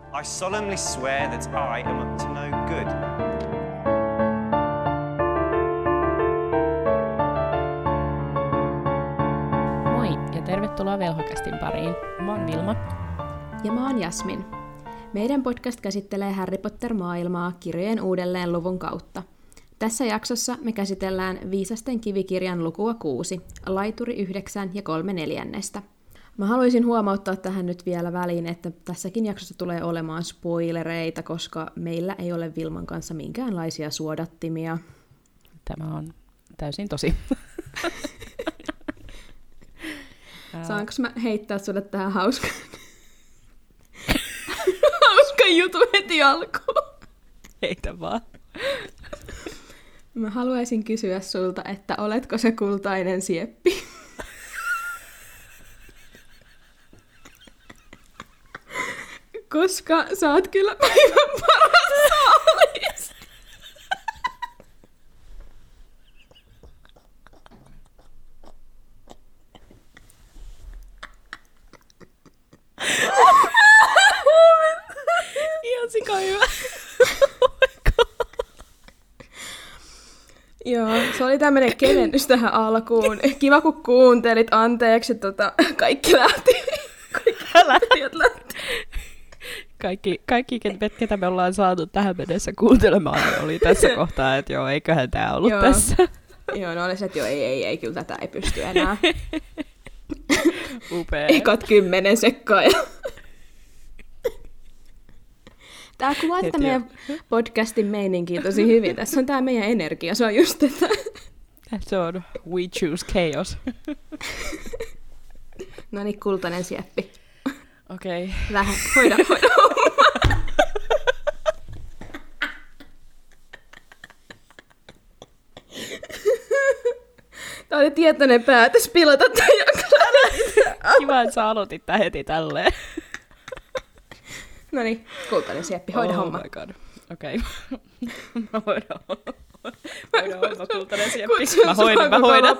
I solemnly swear that I am up to no good. Moi ja tervetuloa Velhokästin pariin. Mä oon Vilma. Ja mä oon Jasmin. Meidän podcast käsittelee Harry Potter-maailmaa kirjojen uudelleen luvun kautta. Tässä jaksossa me käsitellään Viisasten kivikirjan lukua 6, laituri 9 ja 3/4. Mä haluaisin huomauttaa tähän nyt vielä väliin, että tässäkin jaksossa tulee olemaan spoilereita, koska meillä ei ole Vilman kanssa minkäänlaisia suodattimia. Tämä on täysin tosi. Saanko mä heittää sulle tähän hauskan jutun heti alkuun? Heitä vaan. Mä haluaisin kysyä sulta, että oletko se kultainen sieppi? Koska sä oot kyllä päivän paras saalis. Ihan sika hyvä. Joo, se oli tämmönen kevennys tähän alkuun. Kiva kun kuuntelit, anteeksi, kaikki lähtiöt lähti. Kaikki, ketä me ollaan saatu tähän mennessä kuuntelemaan, oli tässä kohtaa, että joo, eiköhän tää ollut tässä. Joo, no olisi, että joo, ei, kyllä tätä ei pysty enää. Upea. Ekat 10 sekkaa. Tää kuvaa tätä meidän podcastin meininkiä tosi hyvin. Tässä on tää meidän energia, se on just tätä. Se on We Choose Chaos. No niin, kultainen sieppi. Okei. Lähde, hoida homma. Tää oli tietoinen päätös pilata tää jakso. Kiva, että sä aloitit tää heti tälleen. No niin, kultainen sieppi, hoida homma. Oh my god. Okei. Mä hoidan homma, kultainen sieppi. Mä hoidan.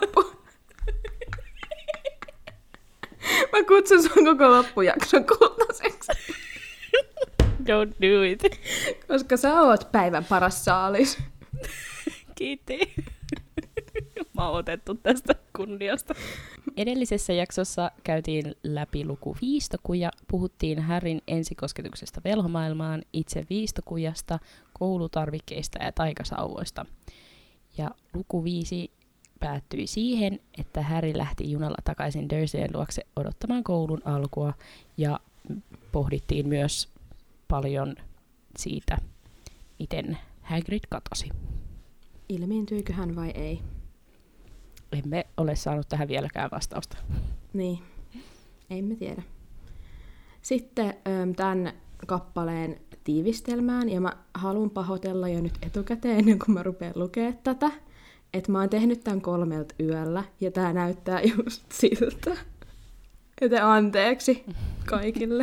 Mä kutsun sun koko loppujakson kultaiseksi. Don't do it. Koska sä oot päivän paras saalis. Kiitti. Mä oon otettu tästä kunniasta. Edellisessä jaksossa käytiin läpi luku viistokuja, puhuttiin Harryn ensikosketuksesta velhomaailmaan, itse viistokujasta, koulutarvikkeista ja taikasauvoista. Ja luku 5 päättyi siihen, että Harry lähti junalla takaisin Dursleyn luokse odottamaan koulun alkua, ja pohdittiin myös paljon siitä, miten Hagrid katosi. Ilmiintyykö hän vai ei? Emme ole saanut tähän vieläkään vastausta. Niin, emme tiedä. Sitten tämän kappaleen tiivistelmään, ja mä haluan pahoitella jo nyt etukäteen, ennen kuin mä rupean lukemaan tätä, että mä oon tehnyt tämän 3 yöllä, ja tää näyttää just siltä. Joten anteeksi kaikille.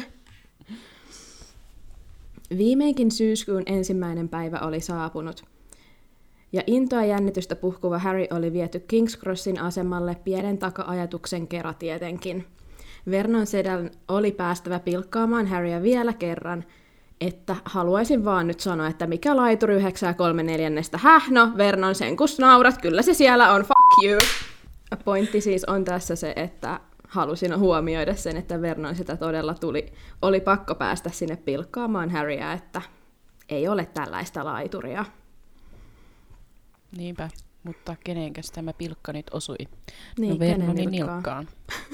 Viimeinkin syyskuun 1. päivä oli saapunut. Ja intoa jännitystä puhkuva Harry oli viety King's Crossin asemalle pienen taka-ajatuksen kera tietenkin. Vernon sedän oli päästävä pilkkaamaan Harryä vielä kerran, että haluaisin vaan nyt sanoa, että mikä laituri 9 3/4. No, Vernon, sen kun naurat, kyllä se siellä on, fuck you! Pointti siis on tässä se, että halusin huomioida sen, että Vernon sitä todella oli pakko päästä sinne pilkkaamaan Harryä, että ei ole tällaista laituria. Niinpä, mutta kenenkäs tämä pilkka nyt osui? Niin, no Vernonin nilkkaan.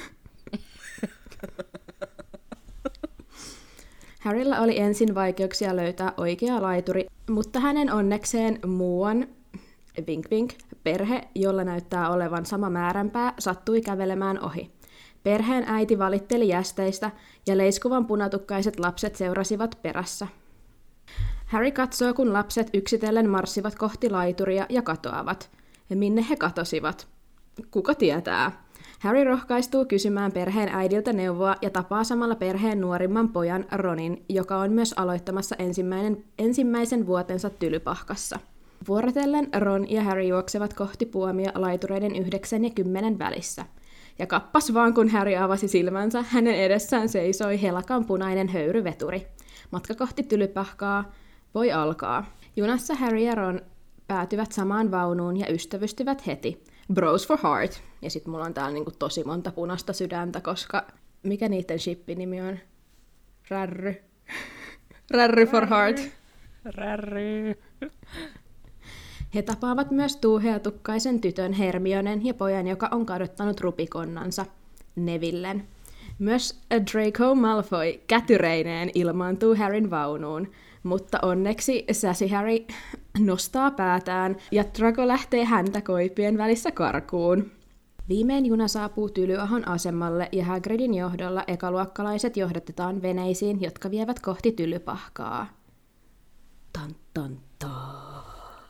Harrylla oli ensin vaikeuksia löytää oikea laituri, mutta hänen onnekseen muuan, vink vink, perhe, jolla näyttää olevan sama määränpää, sattui kävelemään ohi. Perheen äiti valitteli jästeistä ja leiskuvan punatukkaiset lapset seurasivat perässä. Harry katsoo, kun lapset yksitellen marssivat kohti laituria ja katoavat. Ja minne he katosivat? Kuka tietää? Harry rohkaistuu kysymään perheen äidiltä neuvoa ja tapaa samalla perheen nuorimman pojan Ronin, joka on myös aloittamassa ensimmäisen vuotensa Tylypahkassa. Vuorotellen Ron ja Harry juoksevat kohti puomia laitureiden 9 ja 10 välissä. Ja kappas vaan, kun Harry avasi silmänsä, hänen edessään seisoi helakan punainen höyryveturi. Matka kohti Tylypahkaa voi alkaa. Junassa Harry ja Ron päätyvät samaan vaunuun ja ystävystyvät heti. Bros for heart. Ja sit mulla on täällä niinku tosi monta punaista sydäntä, koska mikä niiden shippinimi on? Rärry. Rärry for heart. Rärry. He tapaavat myös tuuheatukkaisen tytön Hermionen ja pojan, joka on kadottanut rupikonnansa, Nevillen. Myös Draco Malfoy kätyreineen ilmaantuu Harryn vaunuun, mutta onneksi Sassy Harry nostaa päätään ja Draco lähtee häntä koipien välissä karkuun. Viimein juna saapuu Tylyahon asemalle ja Hagridin johdolla ekaluokkalaiset johdatetaan veneisiin, jotka vievät kohti Tylypahkaa. Tan tan tan.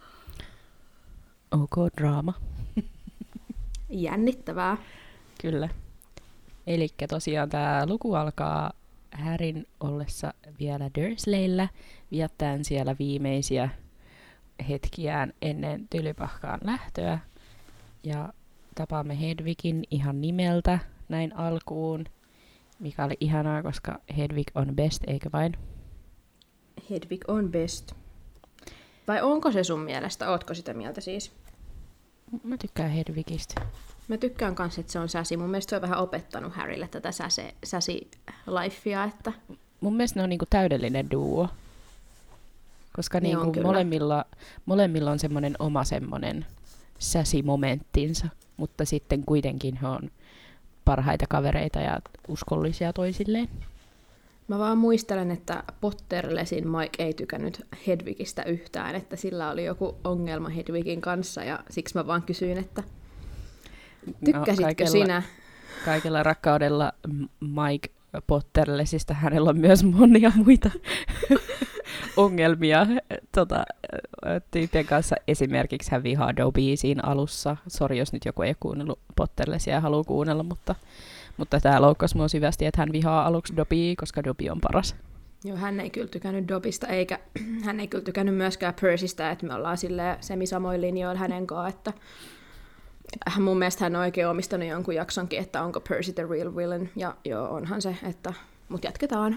OK draama. Jännittävää. Kyllä. Elikkä tosiaan tämä luku alkaa Harryn ollessa vielä Dursleyllä, viettäen siellä viimeisiä hetkiään ennen Tylypahkaan lähtöä. Ja tapaamme Hedwigin ihan nimeltä näin alkuun, mikä oli ihanaa, koska Hedwig on best, eikö vain? Hedwig on best. Vai onko se sun mielestä? Ootko sitä mieltä siis? Mä tykkään Hedwigistä. Mä tykkään kanssa, että se on Sassy. Mun mielestä se on vähän opettanut Harrylle tätä Sassy-lifea, että... Mun mielestä ne on niinku täydellinen duo. Koska Niin niinku molemmilla on semmoinen oma semmoinen Sassy-momenttinsa, mutta sitten kuitenkin he on parhaita kavereita ja uskollisia toisilleen. Mä vaan muistelen, että Potterlesin Mike ei tykännyt Hedwigistä yhtään, että sillä oli joku ongelma Hedwigin kanssa, ja siksi mä vaan kysyin, että tykkäsitkö sinä? Kaikella rakkaudella Mike Potterlesista hänellä on myös monia muita ongelmia tyyppien kanssa. Esimerkiksi hän vihaa Dobbyä siinä alussa. Sori, jos nyt joku ei kuunnellut Potterlesia ja haluaa kuunnella, mutta tämä loukkasi mua syvästi, että hän vihaa aluksi Dobbyä, koska Dobby on paras. Joo, hän ei kyllä tykännyt Dobbysta, eikä hän ei kyllä tykännyt myöskään Percystä, että me ollaan silleen semisamoin linjoilla hänen kanssaan, että mun mielestä hän on oikein omistanut jonkun jaksonkin, että onko Percy the real villain, ja joo, onhan se, että mut jatketaan.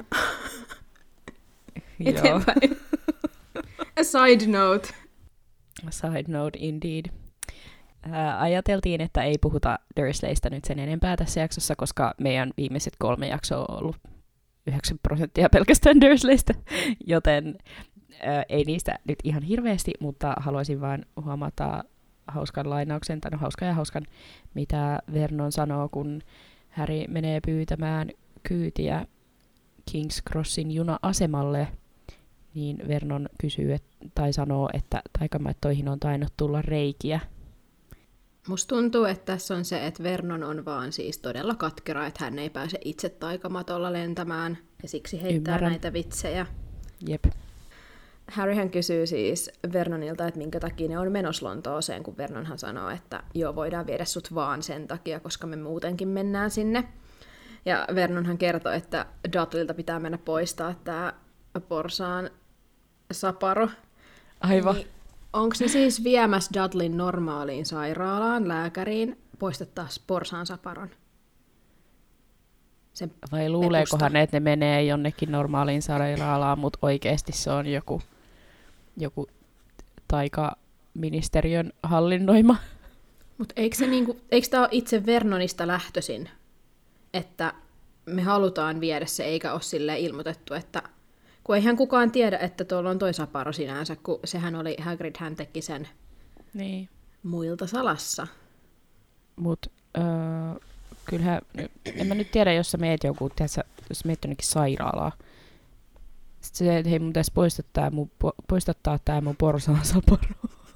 Eteenpäin. A side note. A side note indeed. Ajateltiin, että ei puhuta Dursleystä nyt sen enempää tässä jaksossa, koska meidän viimeiset 3 jaksoa on ollut 9% pelkästään Dursleystä, joten ei niistä nyt ihan hirveästi, mutta haluaisin vain huomata hauskan lainauksen, tai no hauskan, mitä Vernon sanoo, kun Harry menee pyytämään kyytiä King's Crossin juna-asemalle, niin Vernon kysyy tai sanoo, että taikamattoihin on tainnut tulla reikiä. Musta tuntuu, että tässä on se, että Vernon on vaan siis todella katkera, että hän ei pääse itse taikamatolla lentämään, ja siksi heittää näitä vitsejä. Jep. Harryhän kysyy siis Vernonilta, että minkä takia ne on menossa Lontooseen, kun Vernonhan sanoo, että joo, voidaan viedä sut vaan sen takia, koska me muutenkin mennään sinne. Ja Vernonhan kertoo, että Dudleylta pitää mennä poistaa tää porsaan saparo. Aivan. Niin, onko ne siis viemässä Dudleyn normaaliin sairaalaan, lääkäriin, poistettaa porsaan saparon? Vai luuleekohan ne, että ne menee jonnekin normaaliin sairaalaan, mutta oikeasti se on joku taikaministeriön hallinnoima? Mutta eikö tämä ole itse Vernonista lähtöisin, että me halutaan viedä se, eikä ole silleen ilmoitettu, että kun eihän kukaan tiedä, että tuolla on toi saparo sinänsä, kun sehän oli Hagrid, hän teki sen niin muilta salassa. Mutta kyllähän, en mä nyt tiedä, jos sä meet joku, jos sä meet jonnekin sairaalaa. Sitten se, että hei, mun pitäisi poistattaa tää mun porsaan saparo.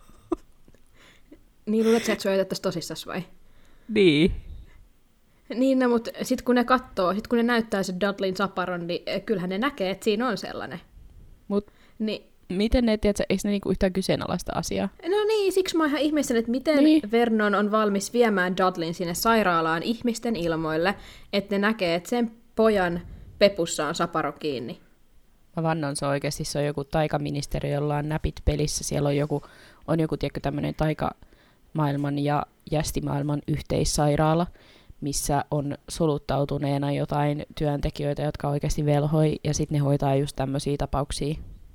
Niin, luulet sä, että sä otettaisiin tosissas vai? Niin. Niin, no, mutta sitten kun ne katsoo, kun ne näyttää sen Dudleyn saparon, niin kyllähän ne näkee, että siinä on sellainen. Mut niin. Miten ne, tiedätkö, eikö ne niinku yhtään kyseenalaista asiaa? No niin, siksi mä oon ihan ihmeessäni, että miten Vernon on valmis viemään Dudleyn sinne sairaalaan ihmisten ilmoille, että ne näkee, että sen pojan pepussa on saparo kiinni. Mä vannon, se on joku taikaministeri, jolla on näpit pelissä. Siellä on joku tiedätkö, tämmöinen taikamaailman ja jästimaailman yhteissairaala, missä on soluttautuneena jotain työntekijöitä, jotka oikeasti velhoi, ja sitten ne hoitaa just tämmöisiä tapauksia.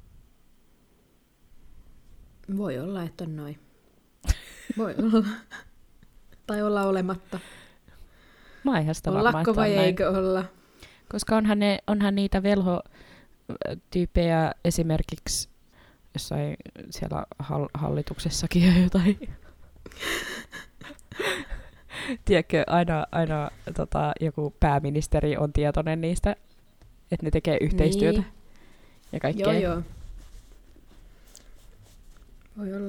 Voi olla, että on noin. Voi olla. Tai olla olematta. Mä ihan sitä varmaan, Ollako vai eikö olla? Koska onhan niitä velhotyyppejä esimerkiksi jossain siellä hallituksessakin ja jotain. Tiedätkö, aina joku pääministeri on tietoinen niistä, että ne tekee yhteistyötä niin. Ja kaikkea. Joo. Voi olla.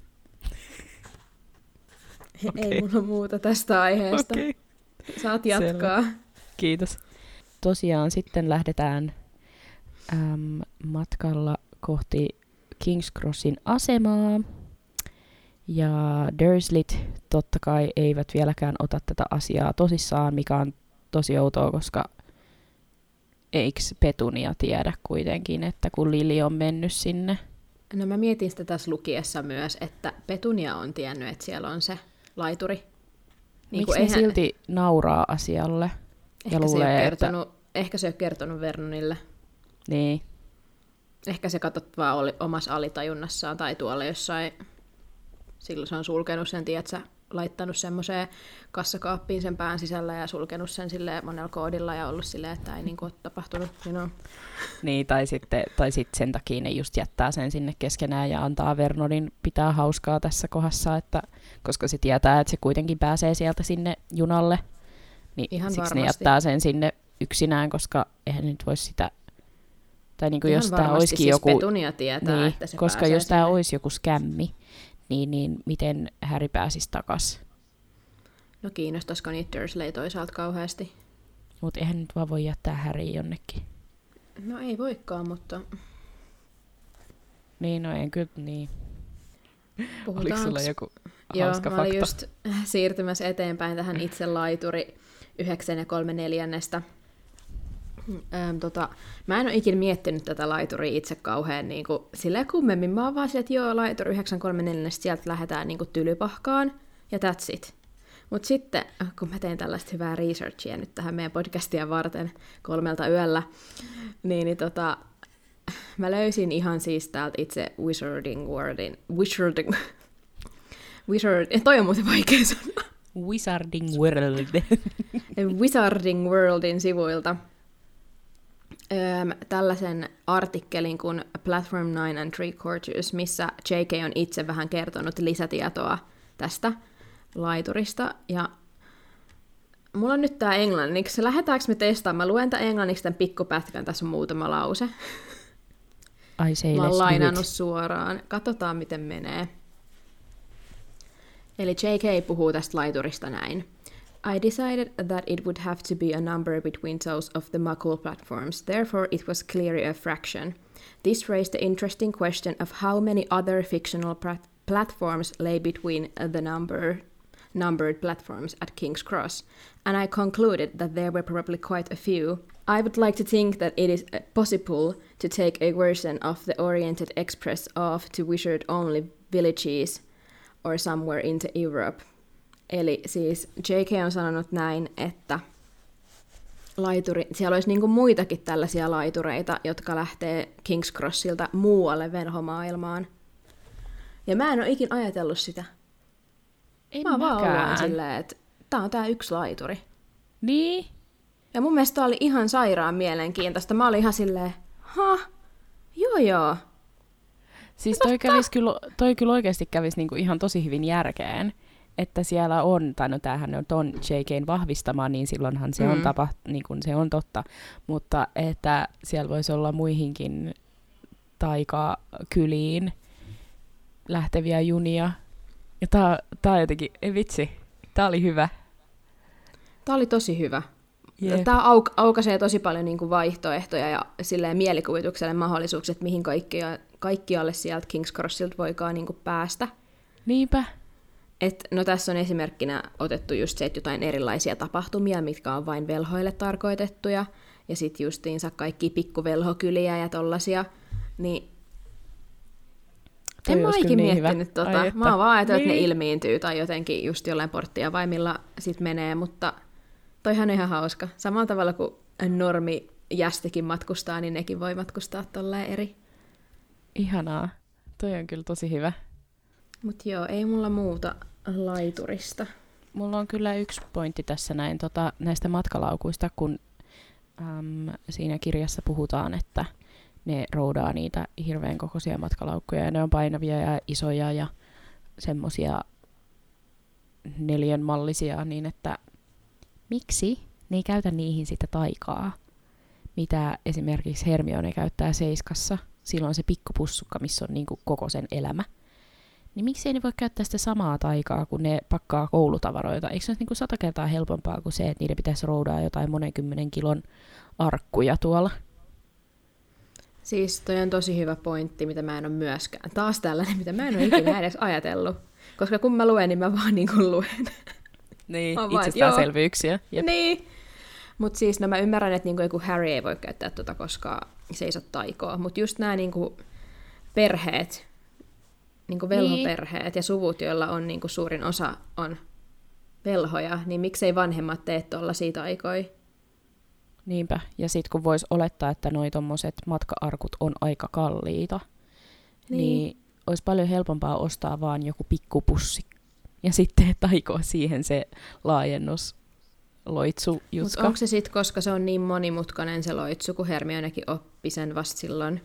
Okay. Ei mulla muuta tästä aiheesta. Okay. Saat jatkaa. Selvä. Kiitos. Tosiaan sitten lähdetään matkalla kohti King's Crossin asemaa. Ja Dursleyt totta kai eivät vieläkään ota tätä asiaa tosissaan, mikä on tosi outoa, koska eikö Petunia tiedä kuitenkin, että kun Lily on mennyt sinne. No mä mietin sitä tässä lukiessa myös, että Petunia on tiennyt, että siellä on se laituri. Miksi ne silti nauraa asialle? Ja luulee, ehkä se ei ole kertonut Vernonille. Niin. Ehkä se katsot vaan oli omassa alitajunnassaan tai tuolla jossain. Silloin se on sulkenut sen, tiedätkö, laittanut semmoiseen kassakaappiin sen pään sisällä ja sulkenut sen silleen monella koodilla ja ollut silleen, että ei ole tapahtunut. Niin, tai sitten sen takia ne just jättää sen sinne keskenään ja antaa Vernonin pitää hauskaa tässä kohdassa, että, koska se tietää, että se kuitenkin pääsee sieltä sinne junalle, niin ihan siksi varmasti. Ne jättää sen sinne yksinään, koska eihän nyt voi sitä, tai niin kuin jos tämä olisikin siis joku, Petunia tietää, niin, että se koska pääsee jos tämä sinne. olisi joku skämmi, niin miten Harry pääsisi takaisin? No kiinnostaisiko niitä Dursley toisaalta kauheasti? Mutta eihän nyt vaan voi jättää Harry jonnekin. No ei voikaan, mutta... Niin, no en kyllä, niin. Puhutaanko? Oliko sulla joku Joo, hauska mä fakta? olin just siirtymässä eteenpäin tähän itse laituri 9 3/4. Mä en ole ikinä miettinyt tätä laituria itse kauhean niin kuin, silleen kummemmin. Mä oon vaan silleen, että joo, laituri 9 3/4, sieltä lähdetään niin kuin tylypahkaan ja that's it. Mutta sitten, kun mä tein tällaista hyvää researchia nyt tähän meidän podcastia varten 3 yöllä, niin mä löysin ihan siis täältä itse toi on muuten vaikea sanoa. Wizarding Worldin sivuilta tällaisen artikkelin kuin Platform 9 3/4, missä J.K. on itse vähän kertonut lisätietoa tästä laiturista. Ja mulla on nyt tää englanniksi. Lähdetäänkö me testaamaan? Mä luen tää englanniksi tämän pikkupätkän. Tässä on muutama lause. Ai se ei Mä oon lainannut suoraan. Katsotaan, miten menee. Eli J.K. puhuu tästä laiturista näin. I decided that it would have to be a number between those of the Muggle platforms, therefore it was clearly a fraction. This raised the interesting question of how many other fictional platforms lay between the numbered platforms at King's Cross, and I concluded that there were probably quite a few. I would like to think that it is possible to take a version of the Oriented Express off to wizard-only villages or somewhere into Europe. Eli siis J.K. on sanonut näin, että siellä olisi niinku muitakin tällaisia laitureita, jotka lähtee King's Crossilta muualle velhomaailmaan. Ja mä en ole ikin ajatellut sitä. Mä oon vaan ollut silleen, että tää on tää yksi laituri. Niin? Ja mun mielestä tää oli ihan sairaan mielenkiintoista. Mä olin ihan silleen, joo. Siis toi kyllä oikeasti kävisi niinku ihan tosi hyvin järkeen, että siellä on, tai no tämähän on ton J.K.:n vahvistama, niin silloinhan se on niin kuin se on totta, mutta että siellä voisi olla muihinkin taikakyliin lähteviä junia. Ja tää on jotenkin, ei vitsi, tää oli hyvä. Tää oli tosi hyvä. Yep. Tää aukaisee tosi paljon niinku vaihtoehtoja ja silleen mielikuvitukselle mahdollisuuksia, että mihin kaikkialle sieltä King's Crossilta voikaan niinku päästä. Niinpä. No tässä on esimerkkinä otettu just se, että jotain erilaisia tapahtumia, mitkä on vain velhoille tarkoitettuja, ja sitten justiinsa kaikki pikkuvelhokyliä ja tollasia, niin en mä ikin miettinyt tota. Mä oon vaan ajatellut, että ne ilmiintyy tai jotenkin just jollain porttia vai millä sit menee, mutta Toihan on ihan hauska. Samalla tavalla kuin normi jästikin matkustaa, niin nekin voi matkustaa tolleen eri. Ihanaa. Toi on kyllä tosi hyvä. Mut joo, ei mulla muuta laiturista. Mulla on kyllä yksi pointti tässä näin näistä matkalaukuista, kun siinä kirjassa puhutaan, että ne roudaa niitä hirveän kokoisia matkalaukkuja ja ne on painavia ja isoja ja semmosia neliönmallisia, niin että miksi ne ei käytä niihin sitä taikaa, mitä esimerkiksi Hermione käyttää Seiskassa. Silloin se pikkupussukka, missä on niinku koko sen elämä. Niin miksi ei ne voi käyttää sitä samaa taikaa, kun ne pakkaa koulutavaroita? Eikö se ole niinku 100 kertaa helpompaa kuin se, että niiden pitäisi roudaa jotain monen 10 kilon arkkuja tuolla? Siis toi on tosi hyvä pointti, mitä mä en ole myöskään. Taas tällainen, mitä mä en ole ikinä edes ajatellut. Koska kun mä luen, niin mä vaan niin kuin luen. Niin, itsestäänselvyyksiä. Niin. Mutta siis, no mä ymmärrän, että niinku joku Harry ei voi käyttää koska se ei saa taikoa. Mutta just nämä niinku perheet, niinku velhoperheet ja suvut, joilla on niinku suurin osa on velhoja, niin miksei vanhemmat tee tollaisia taikoja? Niinpä. Ja sit kun vois olettaa, että noi tommoset matka-arkut on aika kalliita, niin olisi paljon helpompaa ostaa vaan joku pikkupussi. Ja sitten taikoa siihen se laajennus. Loitsu-jutka. Mutta onko se sitten, koska se on niin monimutkainen se loitsu, kun Hermionekin oppi sen vasta silloin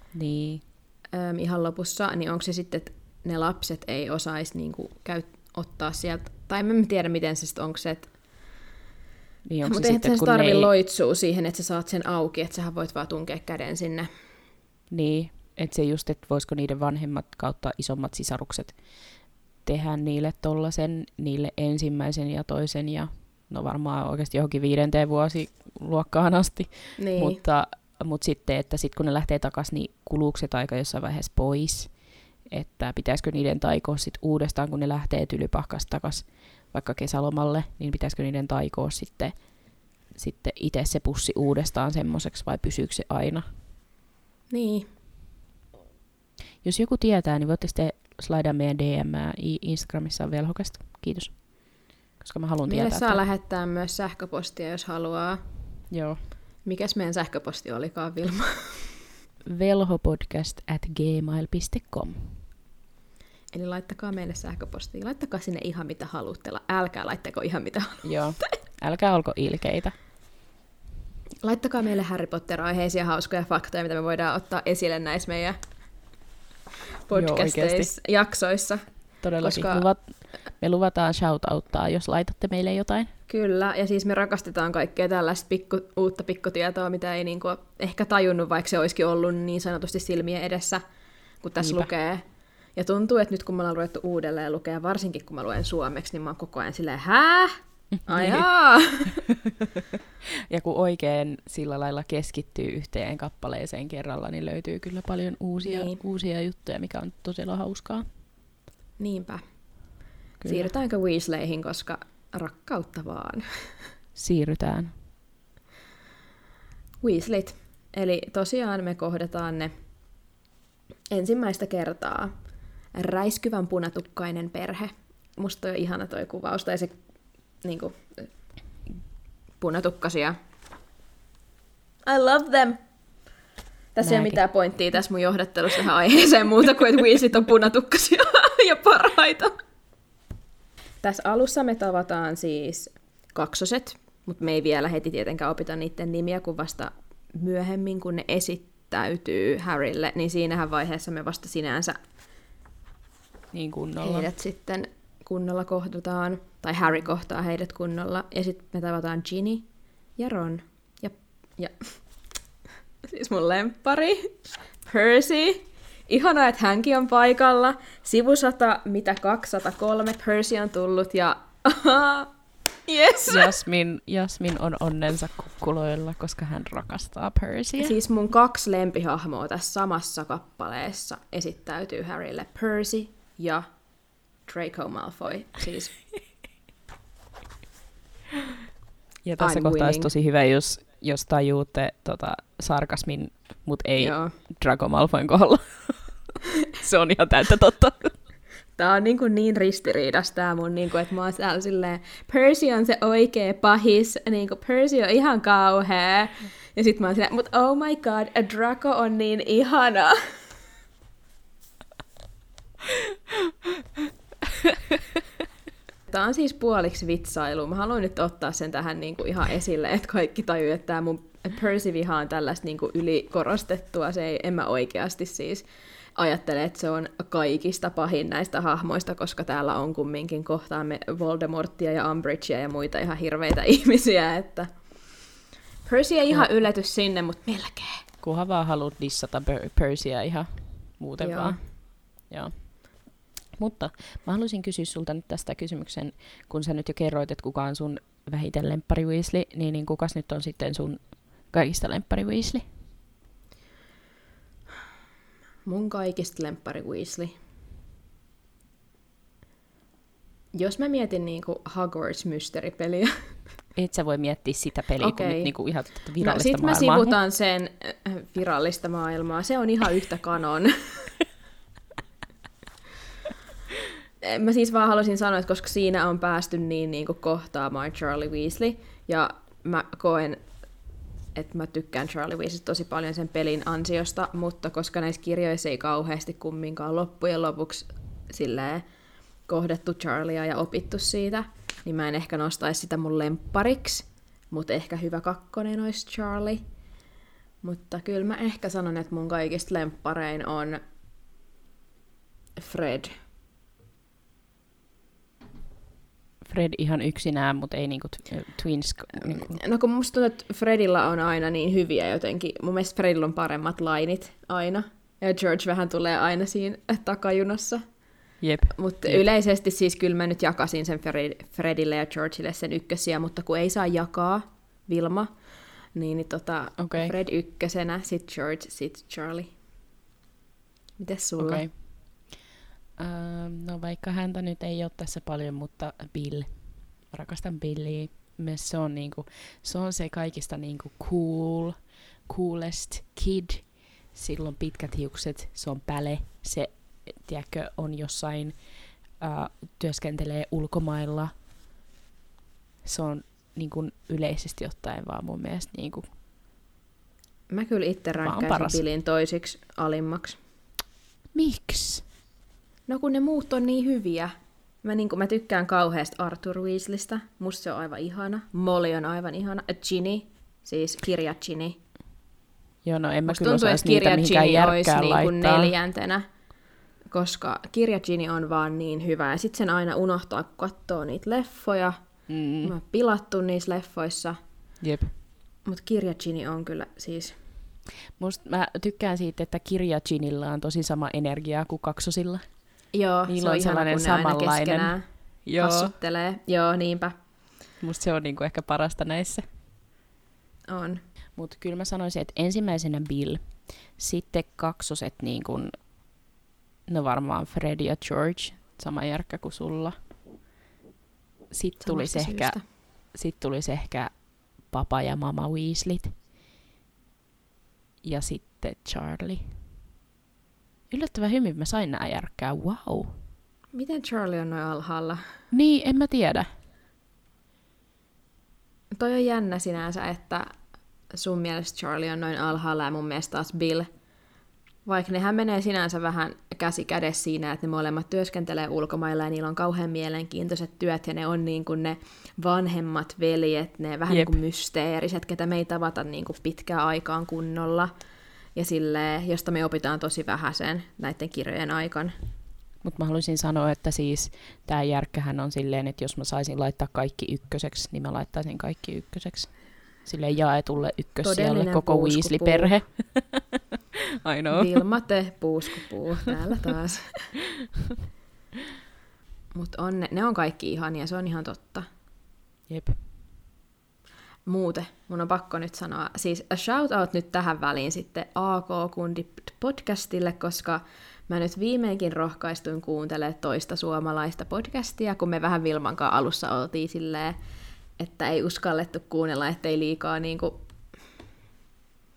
ihan lopussa, niin onko se sitten, että ne lapset ei osaisi niinku ottaa sieltä, tai en tiedä miten se sitten onko se, että niin mutta eihän se tarvitse loitsua siihen, että sä saat sen auki, että sähän voit vaan tunkea käden sinne. Niin, että se just, että voisiko niiden vanhemmat kautta isommat sisarukset tehdä niille tollasen, niille ensimmäisen ja toisen ja no varmaan oikeasti johonkin 5. vuosiluokkaan asti, niin. mutta sitten, että sit kun ne lähtee takaisin, niin kuluuko se taika jossain vaiheessa pois, että pitäisikö niiden taikoa sit uudestaan, kun ne lähtee Tylypahkasta takaisin vaikka kesälomalle, niin pitäisikö niiden taikoa sitten itse se pussi uudestaan semmoiseksi vai pysyykö se aina? Niin. Jos joku tietää, niin voitte sitten slaidaa meidän DM:ää Instagramissa velhokasta. Kiitos. Koska mä haluan tietää. Meille saa lähettää myös sähköpostia, jos haluaa. Joo. Mikäs meidän sähköposti olikaan, Vilma? velhopodcast@gmail.com. Eli laittakaa meille sähköpostia. Laittakaa sinne ihan mitä haluatte. Älkää laittako ihan mitä haluatte. Joo. Älkää olko ilkeitä. Laittakaa meille Harry Potter-aiheisia hauskoja faktoja, mitä me voidaan ottaa esille näissä meidän podcasteissa-jaksoissa. Todellakin. Me luvataan shoutouttaa, jos laitatte meille jotain. Kyllä, ja siis me rakastetaan kaikkea tällaista uutta pikkutietoa, mitä ei niinku ehkä tajunnut, vaikka se olisikin ollut niin sanotusti silmien edessä, kun tässä lukee. Ja tuntuu, että nyt kun me ollaan luettu uudelleen lukea, varsinkin kun mä luen suomeksi, niin mä oon koko ajan silleen, ajaa! Ja kun oikein sillä lailla keskittyy yhteen kappaleeseen kerralla, niin löytyy kyllä paljon uusia juttuja, mikä on todella hauskaa. Niinpä. Kyllä. Siirrytäänkö Weasleyhin, koska rakkautta vaan. Siirrytään. Weasleyt. Eli tosiaan me kohdataan ne ensimmäistä kertaa. Räiskyvän punatukkainen perhe. Musta on ihana toi kuvaus, tai se niinku, punatukkasia. I love them! Tässä ei ole mitään pointtia tässä mun johdattelussa tähän aiheeseen muuta kuin, että Weasleyt on punatukkasia ja parhaita. Tässä alussa me tavataan siis kaksoset, mutta me ei vielä heti tietenkään opita niiden nimiä, kun vasta myöhemmin, kun ne esittäytyy Harrylle, niin siinähän vaiheessa me vasta sinänsä niin kunnolla. Heidät sitten kunnolla kohdataan, tai Harry kohtaa heidät kunnolla, ja sitten me tavataan Ginny ja Ron ja siis mun lemppari, Percy. Ihanaa, että hänkin on paikalla. Sivu 203 Percy on tullut ja yes! Jasmin on onnensa kukkuloilla, koska hän rakastaa Percyä. Siis mun 2 lempihahmoa tässä samassa kappaleessa esittäytyy Harrylle. Percy ja Draco Malfoy. Siis ja tässä kohtaa olisi tosi hyvä, jos tajuutte sarkasmin, mutta ei Draco Malfoyn kohdalla. Se on ihan täyttä totta. Tää on niin ristiriidas tää mun, että mä oon täällä silleen, Percy on se oikea pahis, Percy on ihan kauhea. Ja sit mä oon silleen, mut oh my god, a Draco on niin ihana. Tää on siis puoliksi vitsailu. Mä haluan nyt ottaa sen tähän ihan esille, että kaikki tajuu, että tää mun Percy-viha on tällaista ylikorostettua. En mä oikeasti siis ajattele, että se on kaikista pahin näistä hahmoista, koska täällä on kumminkin kohtaamme Voldemorttia ja Umbridgea ja muita ihan hirveitä ihmisiä, että Percy ei ihan ylety sinne, mutta melkein. Kunhan vaan haluat dissata Percyä ihan muuten Joo. vaan. Joo. Mutta mä haluaisin kysyä sulta nyt tästä kysymyksen, kun sä nyt jo kerroit, että kuka on sun vähiten lemppari Weasley, niin kukas nyt on sitten sun kaikista lemppari Weasley? Mun kaikista lemppari Weasley. Jos mä mietin Hogwarts-mysteeripeliä. Et sä voi miettiä sitä peliä, kun nyt ihan virallista no, sit maailmaa. mä sivutan sen virallista maailmaa. Se on ihan yhtä kanon. Mä siis vaan halusin sanoa, että koska siinä on päästy niin kohtaamaan Charlie Weasley, ja mä koen, että mä tykkään Charlie Weasleystä tosi paljon sen pelin ansiosta, mutta koska näissä kirjoissa ei kauheasti kumminkaan loppujen lopuksi silleen kohdettu Charliea ja opittu siitä, niin mä en ehkä nostaisi sitä mun lemppariksi, mutta ehkä hyvä kakkonen olisi Charlie. Mutta kyllä mä ehkä sanon, että mun kaikista lempparein on Fred. Fred ihan yksinään, mutta ei twins. No kun musta tuntuu, että Fredillä on aina niin hyviä jotenkin. Mun mielestä Fredillä on paremmat lainit aina. Ja George vähän tulee aina siinä takajunassa. Jep. Mutta yleisesti siis kyllä mä nyt jakasin sen Fredille ja Georgeille sen ykkösiä, mutta kun ei saa jakaa, Vilma, niin okay. Fred ykkösenä, sit George, sit Charlie. Mites sulla? Okay. No vaikka häntä nyt ei ole tässä paljon, mutta Bill. Rakastan Billiä. Se on se kaikista coolest kid. Sillä on pitkät hiukset, se on päle. Se, tiedätkö, on jossain, työskentelee ulkomailla. Se on yleisesti ottaen vaan mun mielestä Mä kyllä itse rankkaisin Billin toisiksi alimmaksi. Miksi? No kun ne muut on niin hyviä. Mä tykkään kauheasti Arthur Weasleystä. Musta se on aivan ihana. Molly on aivan ihana. Ginny, siis kirja Ginny. Joo, no en mä musta kyllä tuntuu, osaisi niitä mihinkään järkkään laittaa. Neljäntenä, koska kirja Ginny on vaan niin hyvä. Ja sit sen aina unohtaa, kun katsoo niitä leffoja. Mä oon pilattu niissä leffoissa. Jep. Mut kirja Ginny on kyllä siis... Mä tykkään siitä, että kirja Ginnyllä on tosi sama energiaa kuin kaksosilla. Joo, niillä se on ihana, kun ne aina keskenään hassuttelee. Joo, niinpä. Musta se on ehkä parasta näissä. On. Mutta kyllä mä sanoisin, että ensimmäisenä Bill, sitten kaksoset no varmaan Fred ja George, sama järkkä kuin sulla. Sitten tulisi ehkä papa ja mama Weasleyt. Ja sitten Charlie. Yllättävän hyvin mä sain nää järkkää, wow. Miten Charlie on noin alhaalla? Niin, en mä tiedä. Toi on jännä sinänsä, että sun mielestä Charlie on noin alhaalla ja mun mielestä taas Bill. Vaikka nehän menee sinänsä vähän käsi kädessä siinä, että ne molemmat työskentelee ulkomailla ja niillä on kauhean mielenkiintoiset työt ja ne on niin kuin ne vanhemmat veljet, ne vähän niin kuin mysteeriset, ketä me ei tavata niin kuin pitkään aikaan kunnolla ja silleen, josta me opitaan tosi vähäsen näiden kirjojen aikana. Mutta mä haluaisin sanoa, että siis tää järkkähän on silleen, että jos mä saisin laittaa kaikki ykköseksi, niin mä laittaisin kaikki ykköseksi. Silleen jaetulle ykkössijalle koko Weasley-perhe. I know. Vilma te puuskupuu täällä taas. Mutta ne on kaikki ihania, se on ihan totta. Jep. Muuten, mun on pakko nyt sanoa, siis a shout out nyt tähän väliin sitten AK-kundi podcastille, koska mä nyt viimeinkin rohkaistuin kuuntelemaan toista suomalaista podcastia, kun me vähän Vilmankaan alussa oltiin silleen, että ei uskallettu kuunnella, ettei liikaa niinku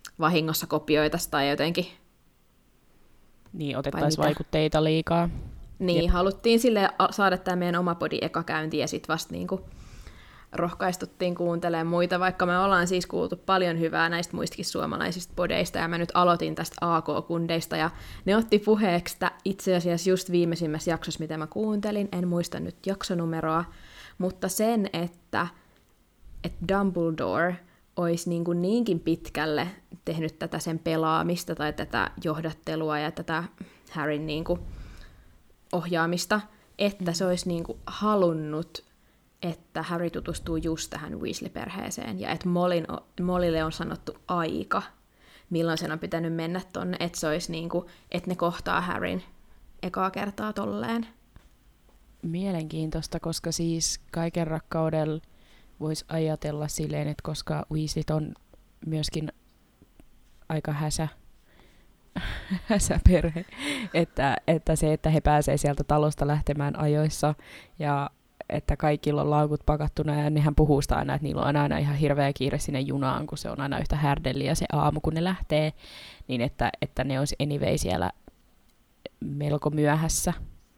vahingossa kopioitaisi tai jotenkin. Niin, otettaisiin vaikutteita liikaa. Niin, haluttiin sille saada tämä meidän oma podi eka käynti ja sitten vasta niinku rohkaistuttiin kuuntelemaan muita, vaikka me ollaan siis kuultu paljon hyvää näistä muistakin suomalaisista podeista, ja mä nyt aloitin tästä AK-kundeista, ja ne otti puheeksi itse asiassa just viimeisimmässä jaksossa, mitä mä kuuntelin, en muista nyt jaksonumeroa, mutta sen, että Dumbledore olisi niinkin pitkälle tehnyt tätä sen pelaamista tai tätä johdattelua ja tätä Harryn ohjaamista, että se olisi halunnut, että Harry tutustuu just tähän Weasley-perheeseen, ja että Mollylle on sanottu aika, milloin sen on pitänyt mennä tonne, että se olisi että ne kohtaa Harryn ekaa kertaa tolleen. Mielenkiintoista, koska siis kaiken rakkaudella voisi ajatella silleen, että koska Weasleyt on myöskin aika häsäperhe, että se, että he pääsee sieltä talosta lähtemään ajoissa ja että kaikilla on laukut pakattuna ja nehän puhuu sitä aina, että niillä on aina ihan hirveä kiire sinne junaan, kun se on aina yhtä härdelliä se aamu, kun ne lähtee, niin että ne olisi anyway siellä melko myöhässä.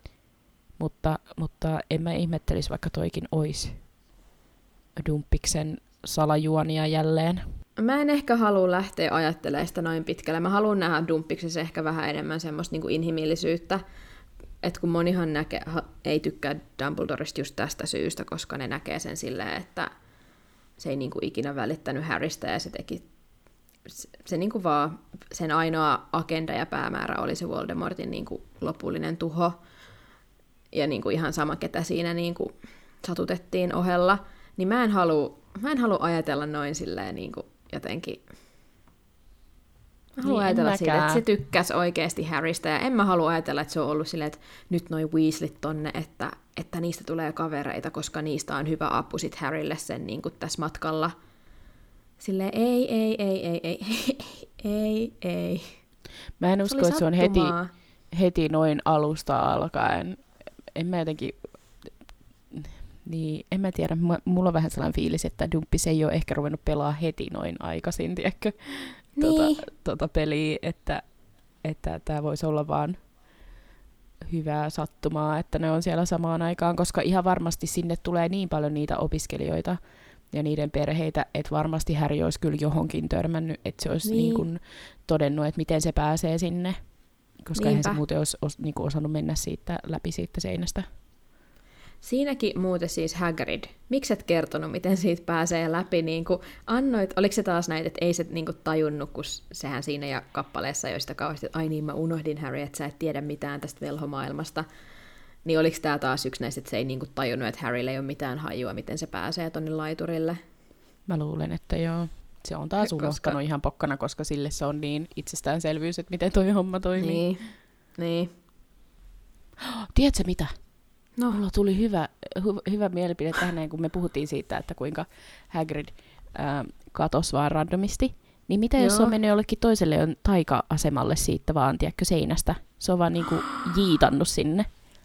Mutta en mä ihmettelisi, vaikka toikin olisi Dumppiksen salajuonia jälleen. Mä en ehkä halua lähteä ajattelemaan sitä noin pitkälle. Mä haluan nähdä Dumppiksessa ehkä vähän enemmän semmoista inhimillisyyttä. Että kun monihan ei tykkää Dumbledoresta just tästä syystä, koska ne näkee sen silleen, että se ei ikinä välittänyt Harrystä ja se teki se vaan sen ainoa agenda ja päämäärä oli se Voldemortin lopullinen tuho. Ja ihan sama, ketä siinä satutettiin ohella. Niin mä en halua ajatella noin silleen jotenkin. Mä haluan ajatella silleen, että se tykkäsi oikeasti Harrystä, ja en mä halua ajatella, että se on ollut silleen, että nyt noi Weasleyt tonne, että niistä tulee kavereita, koska niistä on hyvä apu sit Harrylle sen tässä matkalla. Silleen ei. Mä en usko, että se on heti noin alusta alkaen. En mä jotenkin... Niin, en mä tiedä. Mulla on vähän sellainen fiilis, että Dumppis ei ole ehkä ruvennut pelaa heti noin aikaisin, tiedätkö? Niin. Tuota peliä, että tämä voisi olla vaan hyvää sattumaa, että ne on siellä samaan aikaan, koska ihan varmasti sinne tulee niin paljon niitä opiskelijoita ja niiden perheitä, että varmasti Harry olisi kyllä johonkin törmännyt, että se olisi todennut, että miten se pääsee sinne, koska eihän se muuten olisi osannut mennä läpi siitä seinästä. Siinäkin muuten siis Hagrid. Miksi et kertonut, miten siitä pääsee läpi? Annoit, oliko se taas näin, että ei se tajunnut, kun sehän siinä ja kappaleessa jo sitä kauheasti, että ai niin, mä unohdin Harry, että sä et tiedä mitään tästä velhomaailmasta. Niin oliko tämä taas yksi näistä, että se ei tajunnut, että Harrylle ei ole mitään hajua, miten se pääsee tonne laiturille? Mä luulen, että joo. Se on taas unohtanut ihan pokkana, koska sille se on niin itsestäänselvyys, että miten toi homma toimii. Niin. Tiedätkö mitä? No. Mulla tuli hyvä mielipide tähän, kun me puhuttiin siitä, että kuinka Hagrid katosi vaan randomisti. Niin mitä jos se on mennyt jollekin toiselle taika-asemalle siitä vaan, tiedätkö, seinästä? Se on vaan jiitannut sinne.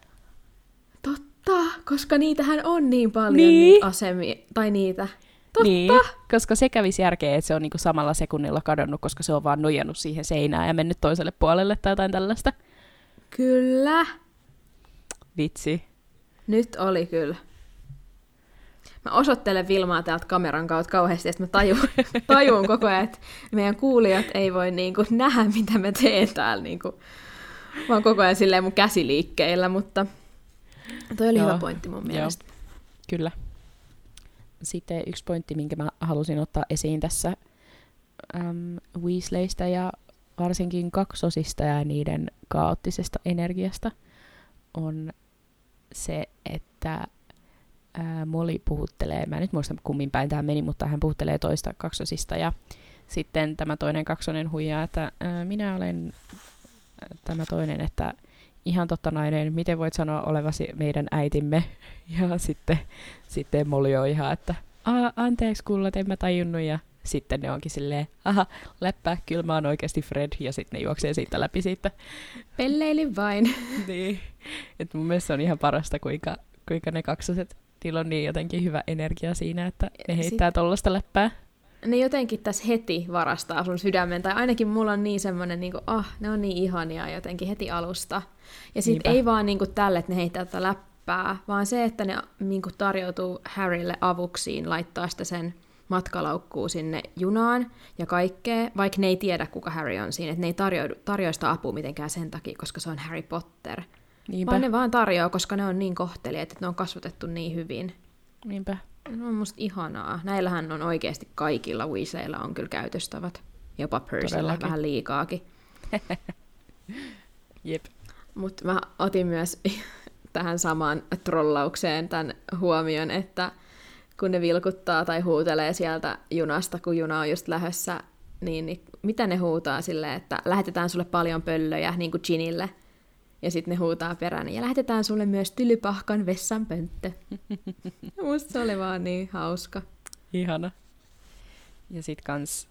Totta, koska niitähän on niin paljon niitä asemia, tai niitä. Totta. Niin, koska se kävisi järkeä, että se on samalla sekunnilla kadonnut, koska se on vaan nojannut siihen seinään ja mennyt toiselle puolelle tai jotain tällaista. Kyllä. Vitsi. Nyt oli kyllä. Mä osoittelen Vilmaa täältä kameran kautta kauheasti, että mä tajun koko ajan, että meidän kuulijat ei voi nähdä, mitä mä teen täällä. Mä oon koko ajan silleen mun käsiliikkeillä, mutta toi oli hyvä pointti mun mielestä. Joo. Kyllä. Sitten yksi pointti, minkä mä halusin ottaa esiin tässä Weasleystä ja varsinkin kaksosista ja niiden kaoottisesta energiasta, on se, että Molly puhuttelee, mä en nyt muista kummin päin tämä meni, mutta hän puhuttelee toista kaksosista ja sitten tämä toinen kaksonen huijaa, että minä olen tämä toinen, että ihan totta nainen, miten voit sanoa olevasi meidän äitimme? Ja sitten Molly on ihan, että anteeksi kullat, en mä tajunnut ja sitten ne onkin silleen, läppä, kyllä mä oon oikeasti Fred, ja sitten ne juoksee siitä läpi siitä. Pelleilin vain. Niin, että mun mielestä se on ihan parasta, kuinka ne kaksoset, niillä on niin jotenkin hyvä energia siinä, että ne heittää tollaista läppää. ne jotenkin tässä heti varastaa sun sydämen, tai ainakin mulla on niin semmoinen, niin kuin, ne on niin ihania jotenkin heti alusta. Ja sitten ei vaan niin kuin tälle, että ne heittää tätä läppää, vaan se, että ne niin kuin tarjoutuu Harrylle avuksiin, laittaa sitä sen matkalaukkuu sinne junaan ja kaikkea, vaikka ne ei tiedä, kuka Harry on siinä, että ne ei tarjoa sitä apua mitenkään sen takia, koska se on Harry Potter. Niinpä. Vaan ne vaan tarjoaa, koska ne on niin kohteliaat, että ne on kasvatettu niin hyvin. Niinpä. No on musta ihanaa. Näillähän on oikeasti kaikilla Weasleyllä on kyllä käytöstavat. Jopa Percyllä vähän liikaakin. Jep. Mutta mä otin myös tähän samaan trollaukseen tämän huomion, että kun ne vilkuttaa tai huutelee sieltä junasta, kun juna on just lähdössä, niin mitä ne huutaa silleen, että lähetetään sulle paljon pöllöjä, niin kuin Ginille. Ja sitten ne huutaa perään, ja lähetetään sulle myös Tylypahkan vessanpönttö. Musta se oli vaan niin hauska. Ihana. Ja sit kans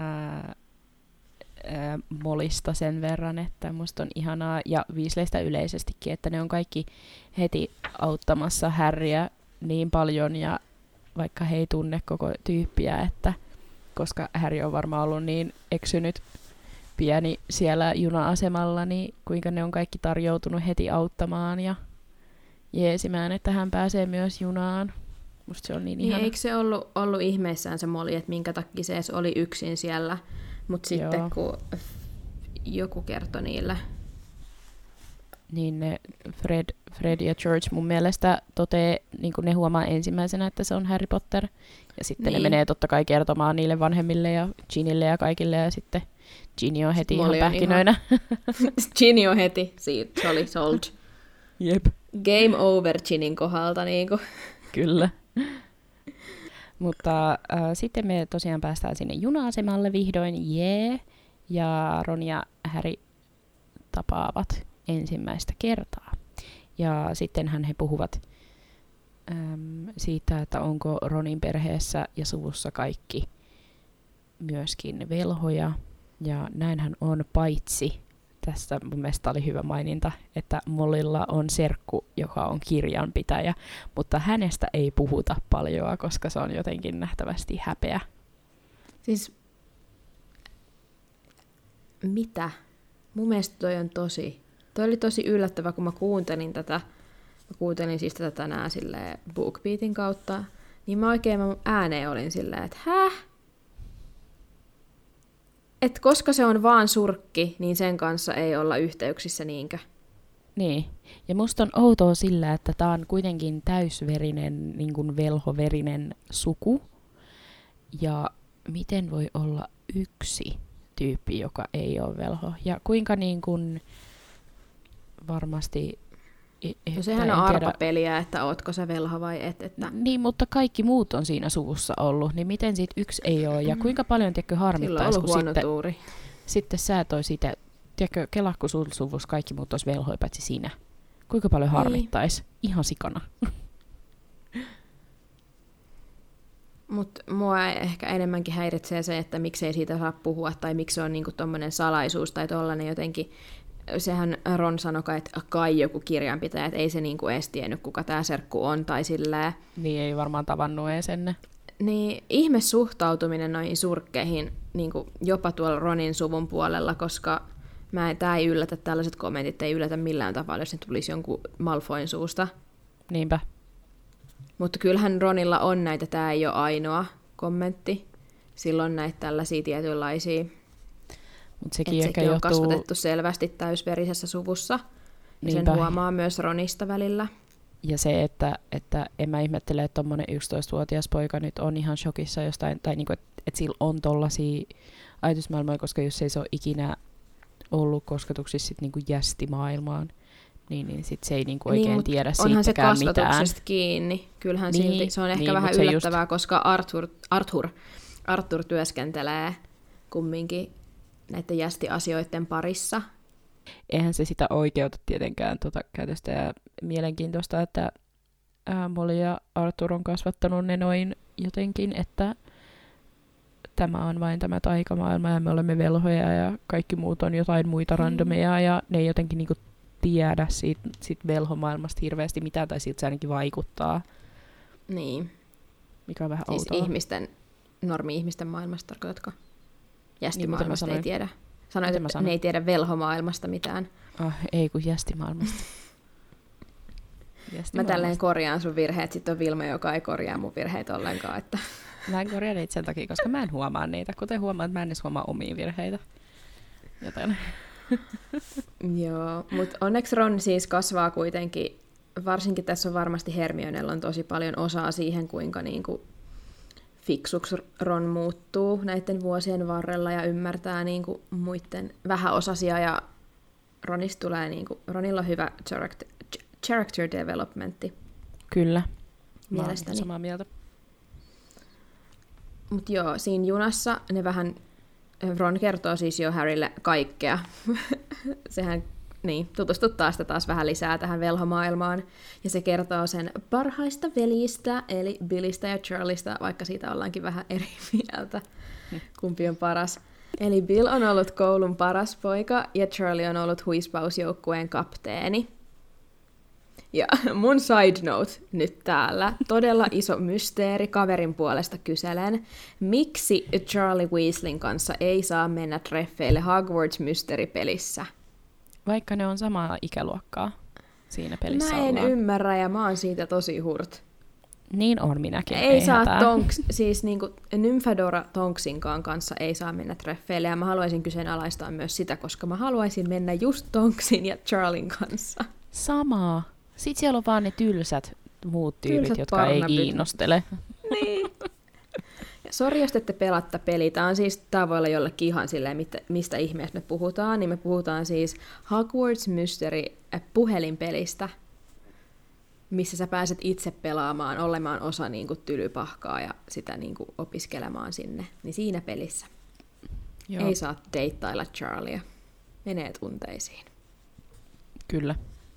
Mollysta sen verran, että musta on ihanaa, ja Weasleystä yleisestikin, että ne on kaikki heti auttamassa Harryä niin paljon, ja vaikka he ei tunne koko tyyppiä, että koska Harry on varmaan ollut niin eksynyt pieni siellä juna-asemalla, niin kuinka ne on kaikki tarjoutunut heti auttamaan ja jeesimään, että hän pääsee myös junaan. Musta se on niin ihana. Eikö se ollut ihmeissään se Molly, että minkä takia se edes oli yksin siellä, mutta sitten kun joku kertoi niille. Niin ne Fred ja George mun mielestä niin kun ne huomaa ensimmäisenä, että se on Harry Potter. Ja sitten ne menee totta kai kertomaan niille vanhemmille ja Ginille ja kaikille, ja sitten Ginny on heti ihan pähkinöinä. Ginny on heti, se oli sold. Jep. Game over Ginnyn kohdalta. Niinku. Kyllä. Mutta sitten me tosiaan päästään sinne juna-asemalle vihdoin, ja Ron ja Harry tapaavat ensimmäistä kertaa. Ja sittenhän he puhuvat siitä, että onko Ronin perheessä ja suvussa kaikki myöskin velhoja. Ja näinhän on, paitsi, tästä mun mielestä oli hyvä maininta, että Mollylla on serkku, joka on kirjanpitäjä, mutta hänestä ei puhuta paljoa, koska se on jotenkin nähtävästi häpeä. Siis, mitä? Mun mielestä toi oli tosi yllättävä, kun mä kuuntelin tätä. Mä kuuntelin siis tätä tänään silleen BookBeatin kautta, niin mä ääneen olin silleen, että että koska se on vaan surkki, niin sen kanssa ei olla yhteyksissä niinkö? Niin. Ja musta on outoa sillä, että tää on kuitenkin täysverinen, niin kuin velhoverinen suku. Ja miten voi olla yksi tyyppi, joka ei ole velho? Ja kuinka niin kuin varmasti... No sehän on arpapeliä, että ootko sä velho vai et. Että... Niin, mutta kaikki muut on siinä suvussa ollut, niin miten siitä yksi ei ole? Ja kuinka paljon, tiedätkö, harmittaisi, kun sitten sä toi siitä, tiedätkö, kela, kun sun suvussa kaikki muut olisi velhoja, paitsi sinä. Kuinka paljon harmittaisi? Ihan sikana. Mutta mua ehkä enemmänkin häiritsee se, että miksei siitä saa puhua, tai miksi se on niinku tommonen salaisuus, tai tollanen jotenkin... Sehän Ron sanoi, että kai joku kirjanpitäjä, että ei se niinku edes tiennyt, kuka tämä serkku on, tai silleen. Niin, ei varmaan tavannut edes ennen. Niin, ihme suhtautuminen noihin surkkeihin, niinku jopa tuolla Ronin suvun puolella, koska tää ei yllätä, tällaiset kommentit ei yllätä millään tavalla, jos ne tulisi jonkun Malfoyn suusta. Niinpä. Mutta kyllähän Ronilla on näitä, tämä ei ole ainoa kommentti. Silloin näitä tällaisia tietynlaisia... Mut sekin johtuu... on kasvatettu selvästi täysverisessä suvussa. Ja sen huomaa myös Ronista välillä. Ja se, että en mä ihmettele, että tommonen 11-vuotias poika nyt on ihan shokissa jostain, tai niinku, että sillä on tollasia ajatusmaailmoja, koska jos ei se ole ikinä ollut kosketuksissa sit niinku jästimaailmaan, niin sit se ei niinku oikein tiedä siitäkään mitään. Onhan se kasvatuksesta kiinni. Kyllähän silti se on ehkä vähän yllättävää, koska Arthur työskentelee kumminkin näiden jästiasioiden parissa. Eihän se sitä oikeuta tietenkään käytöstä, ja mielenkiintoista, että Molly ja Arthur on kasvattanut ne noin jotenkin, että tämä on vain tämä taikamaailma ja me olemme velhoja ja kaikki muut on jotain muita randomeja ja ne ei jotenkin niinku tiedä siitä velhomaailmasta hirveästi mitään, tai siltä se ainakin vaikuttaa. Niin. Mikä on vähän siis outoa. normi-ihmisten maailmasta, tarkoitatko? Niin, Jästimaailmasta ei tiedä. Sanoit, että ne ei tiedä velhomaailmasta mitään. Ei kun jästimaailmasta. Mä tälleen korjaan sun virheet, sit on Vilma, joka ei korjaa mun virheitä ollenkaan. Että... Mä en korjaa niitä sen takia, koska mä en huomaa niitä. Kuten huomaan, että mä en edes huomaa omia virheitä. Joten... Joo, mutta onneksi Ron siis kasvaa kuitenkin, varsinkin tässä on varmasti Hermionella on tosi paljon osaa siihen, kuinka niinku fiksuksi Ron muuttuu näiden vuosien varrella ja ymmärtää niinku muiden vähäosasia ja Ronista tulee niinku, Ronilla on hyvä character developmentti. Kyllä, mielestäni. mä samaa mieltä. Mut joo, siinä junassa ne vähän, Ron kertoo siis jo Harrylle kaikkea. Sehän tutustuttaa sitä taas vähän lisää tähän velhomaailmaan. Ja se kertoo sen parhaista veljistä, eli Billistä ja Charlista, vaikka siitä ollaankin vähän eri mieltä, kumpi on paras. Eli Bill on ollut koulun paras poika, ja Charlie on ollut huispausjoukkueen kapteeni. Ja mun side note nyt täällä, todella iso mysteeri, kaverin puolesta kyselen. Miksi Charlie Weasleyn kanssa ei saa mennä treffeille Hogwarts-mysteeripelissä? Vaikka ne on samaa ikäluokkaa siinä pelissä mä en ollaan. ymmärrä ja mä oon siitä tosi hurt. Niin on minäkin. Ei saa siis niinku Nymphadora Tonksinkaan kanssa ei saa mennä treffeille ja mä haluaisin kyseenalaistaa myös sitä, koska mä haluaisin mennä just Tonksin ja Charlin kanssa. Samaa. Sitten siellä on vaan ne tylsät muut tyypit, tylsät jotka ei kiinnostele. Niin. Sori, jos ette pelatta peliä. Tää voi olla jollekin ihan silleen, mistä ihmeestä me puhutaan. Niin me puhutaan siis Hogwarts Mystery puhelinpelistä, missä sä pääset itse pelaamaan, olemaan osa niinku tylypahkaa ja sitä niinku opiskelemaan sinne. Niin siinä pelissä Joo. ei saa deittailla Charlia. Menee tunteisiin. Kyllä.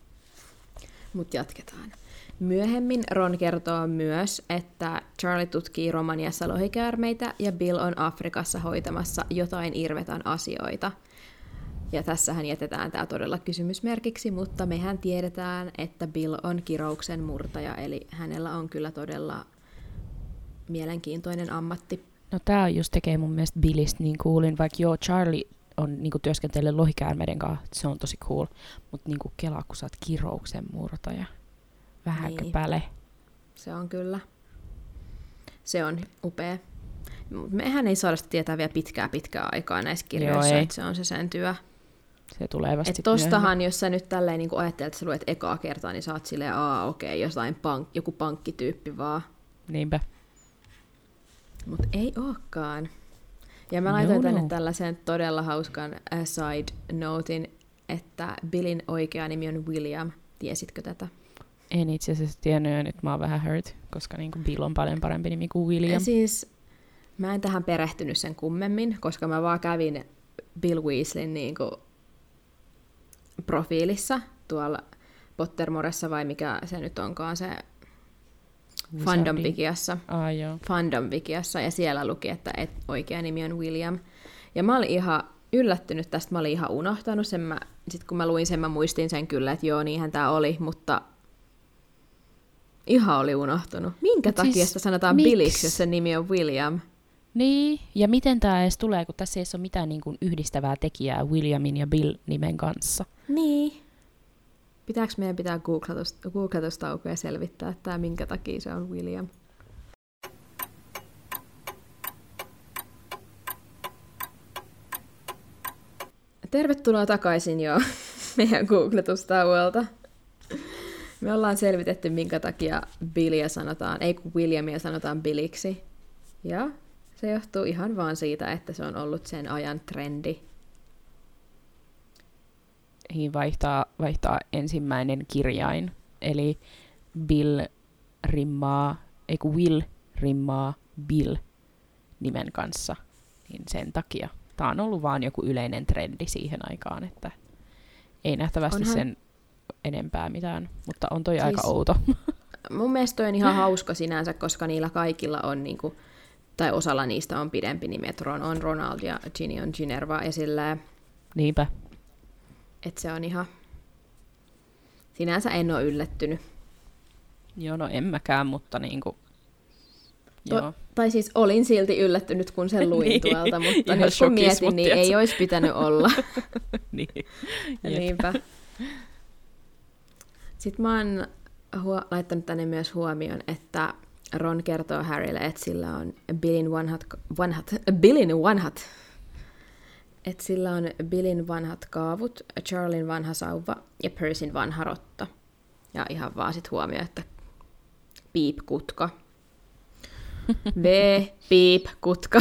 Mut jatketaan. Myöhemmin Ron kertoo myös, että Charlie tutkii Romaniassa lohikäärmeitä ja Bill on Afrikassa hoitamassa jotain Irvetan asioita. Ja tässähän jätetään tämä todella kysymysmerkiksi, mutta mehän tiedetään, että Bill on kirouksen murtaja, eli hänellä on kyllä todella mielenkiintoinen ammatti. No tää just tekee mun mielestä Billistä niin coolin, vaikka joo Charlie on niinku työskentelee lohikäärmeiden kanssa, se on tosi cool, mutta niinku kelaa, kun sä oot kirouksen murtaja. Vähänkö Niin. päälle? Se on kyllä. Se on upea. Mehän ei saada sitä tietää vielä pitkää aikaa näissä kirjoissa, että se on se sen työ. Se tulee vasta Että tostahan, jos sä nyt tälleen niin ajattelet, että sä luet ekaa kertaa, niin sä oot silleen, okei, joku pankkityyppi vaan. Niinpä. Mut ei ookaan. Ja mä laitoin tänne tällaisen todella hauskan side notein, että Billin oikea nimi on William. Tiesitkö tätä? En itse asiassa tiennyt, ja nyt mä oon vähän hurt, koska niinku Bill on paljon parempi nimi kuin William. Siis mä en tähän perehtynyt sen kummemmin, koska mä vaan kävin Bill Weasleyn niinku profiilissa tuolla Pottermoressa, vai mikä se nyt onkaan se Fandom-wikiassa. Fandom-wikiassa, ja siellä luki, että oikea nimi on William. Ja mä olin ihan yllättynyt tästä, mä olin ihan unohtanut sen. Sitten kun mä luin sen, mä muistin sen kyllä, että joo, niinhän tää oli, mutta ihan oli unohtunut. Minkä takia siis, sitä sanotaan Billiksi, jos sen nimi on William? Niin, ja miten tää edes tulee, kun tässä ei ole mitään niin kuin yhdistävää tekijää Williamin ja Bill-nimen kanssa. Niin. Pitääkö meidän pitää googletustaukoa ja selvittää, että minkä takia se on William? Tervetuloa takaisin jo meidän googletustauolta. Me ollaan selvitetty, minkä takia Billia sanotaan, ei kun Williamia sanotaan Billiksi. Ja se johtuu ihan vaan siitä, että se on ollut sen ajan trendi. Vaihtaa ensimmäinen kirjain, eli Will rimmaa Bill nimen kanssa, niin sen takia. Tämä on ollut vaan joku yleinen trendi siihen aikaan, että ei nähtävästi sen enempää mitään, mutta on toi siis aika outo. Mun mielestä toi on ihan hauska sinänsä, koska niillä kaikilla on, niinku, tai osalla niistä on pidempi nimi, että Ron on Ronald ja Ginny on Ginerva ja silleen. Niinpä. Että se on ihan, sinänsä en ole yllättynyt. Joo, no en mäkään, mutta niinku, Joo. Tai siis olin silti yllättynyt, kun sen luin Niin, tuolta, mutta ihan nyt kun shokis, mietin, mut niin tiedätkö? ei olisi pitänyt olla. Niin. Niinpä. Sitten mä oon laittanut tänne myös huomioon, että Ron kertoo Harrylle, että sillä on Billin vanhat kaavut, Charlien vanha sauva ja Percyn vanha rotta. Ja ihan vaan sit huomioon, että piip kutka. Piip kutka.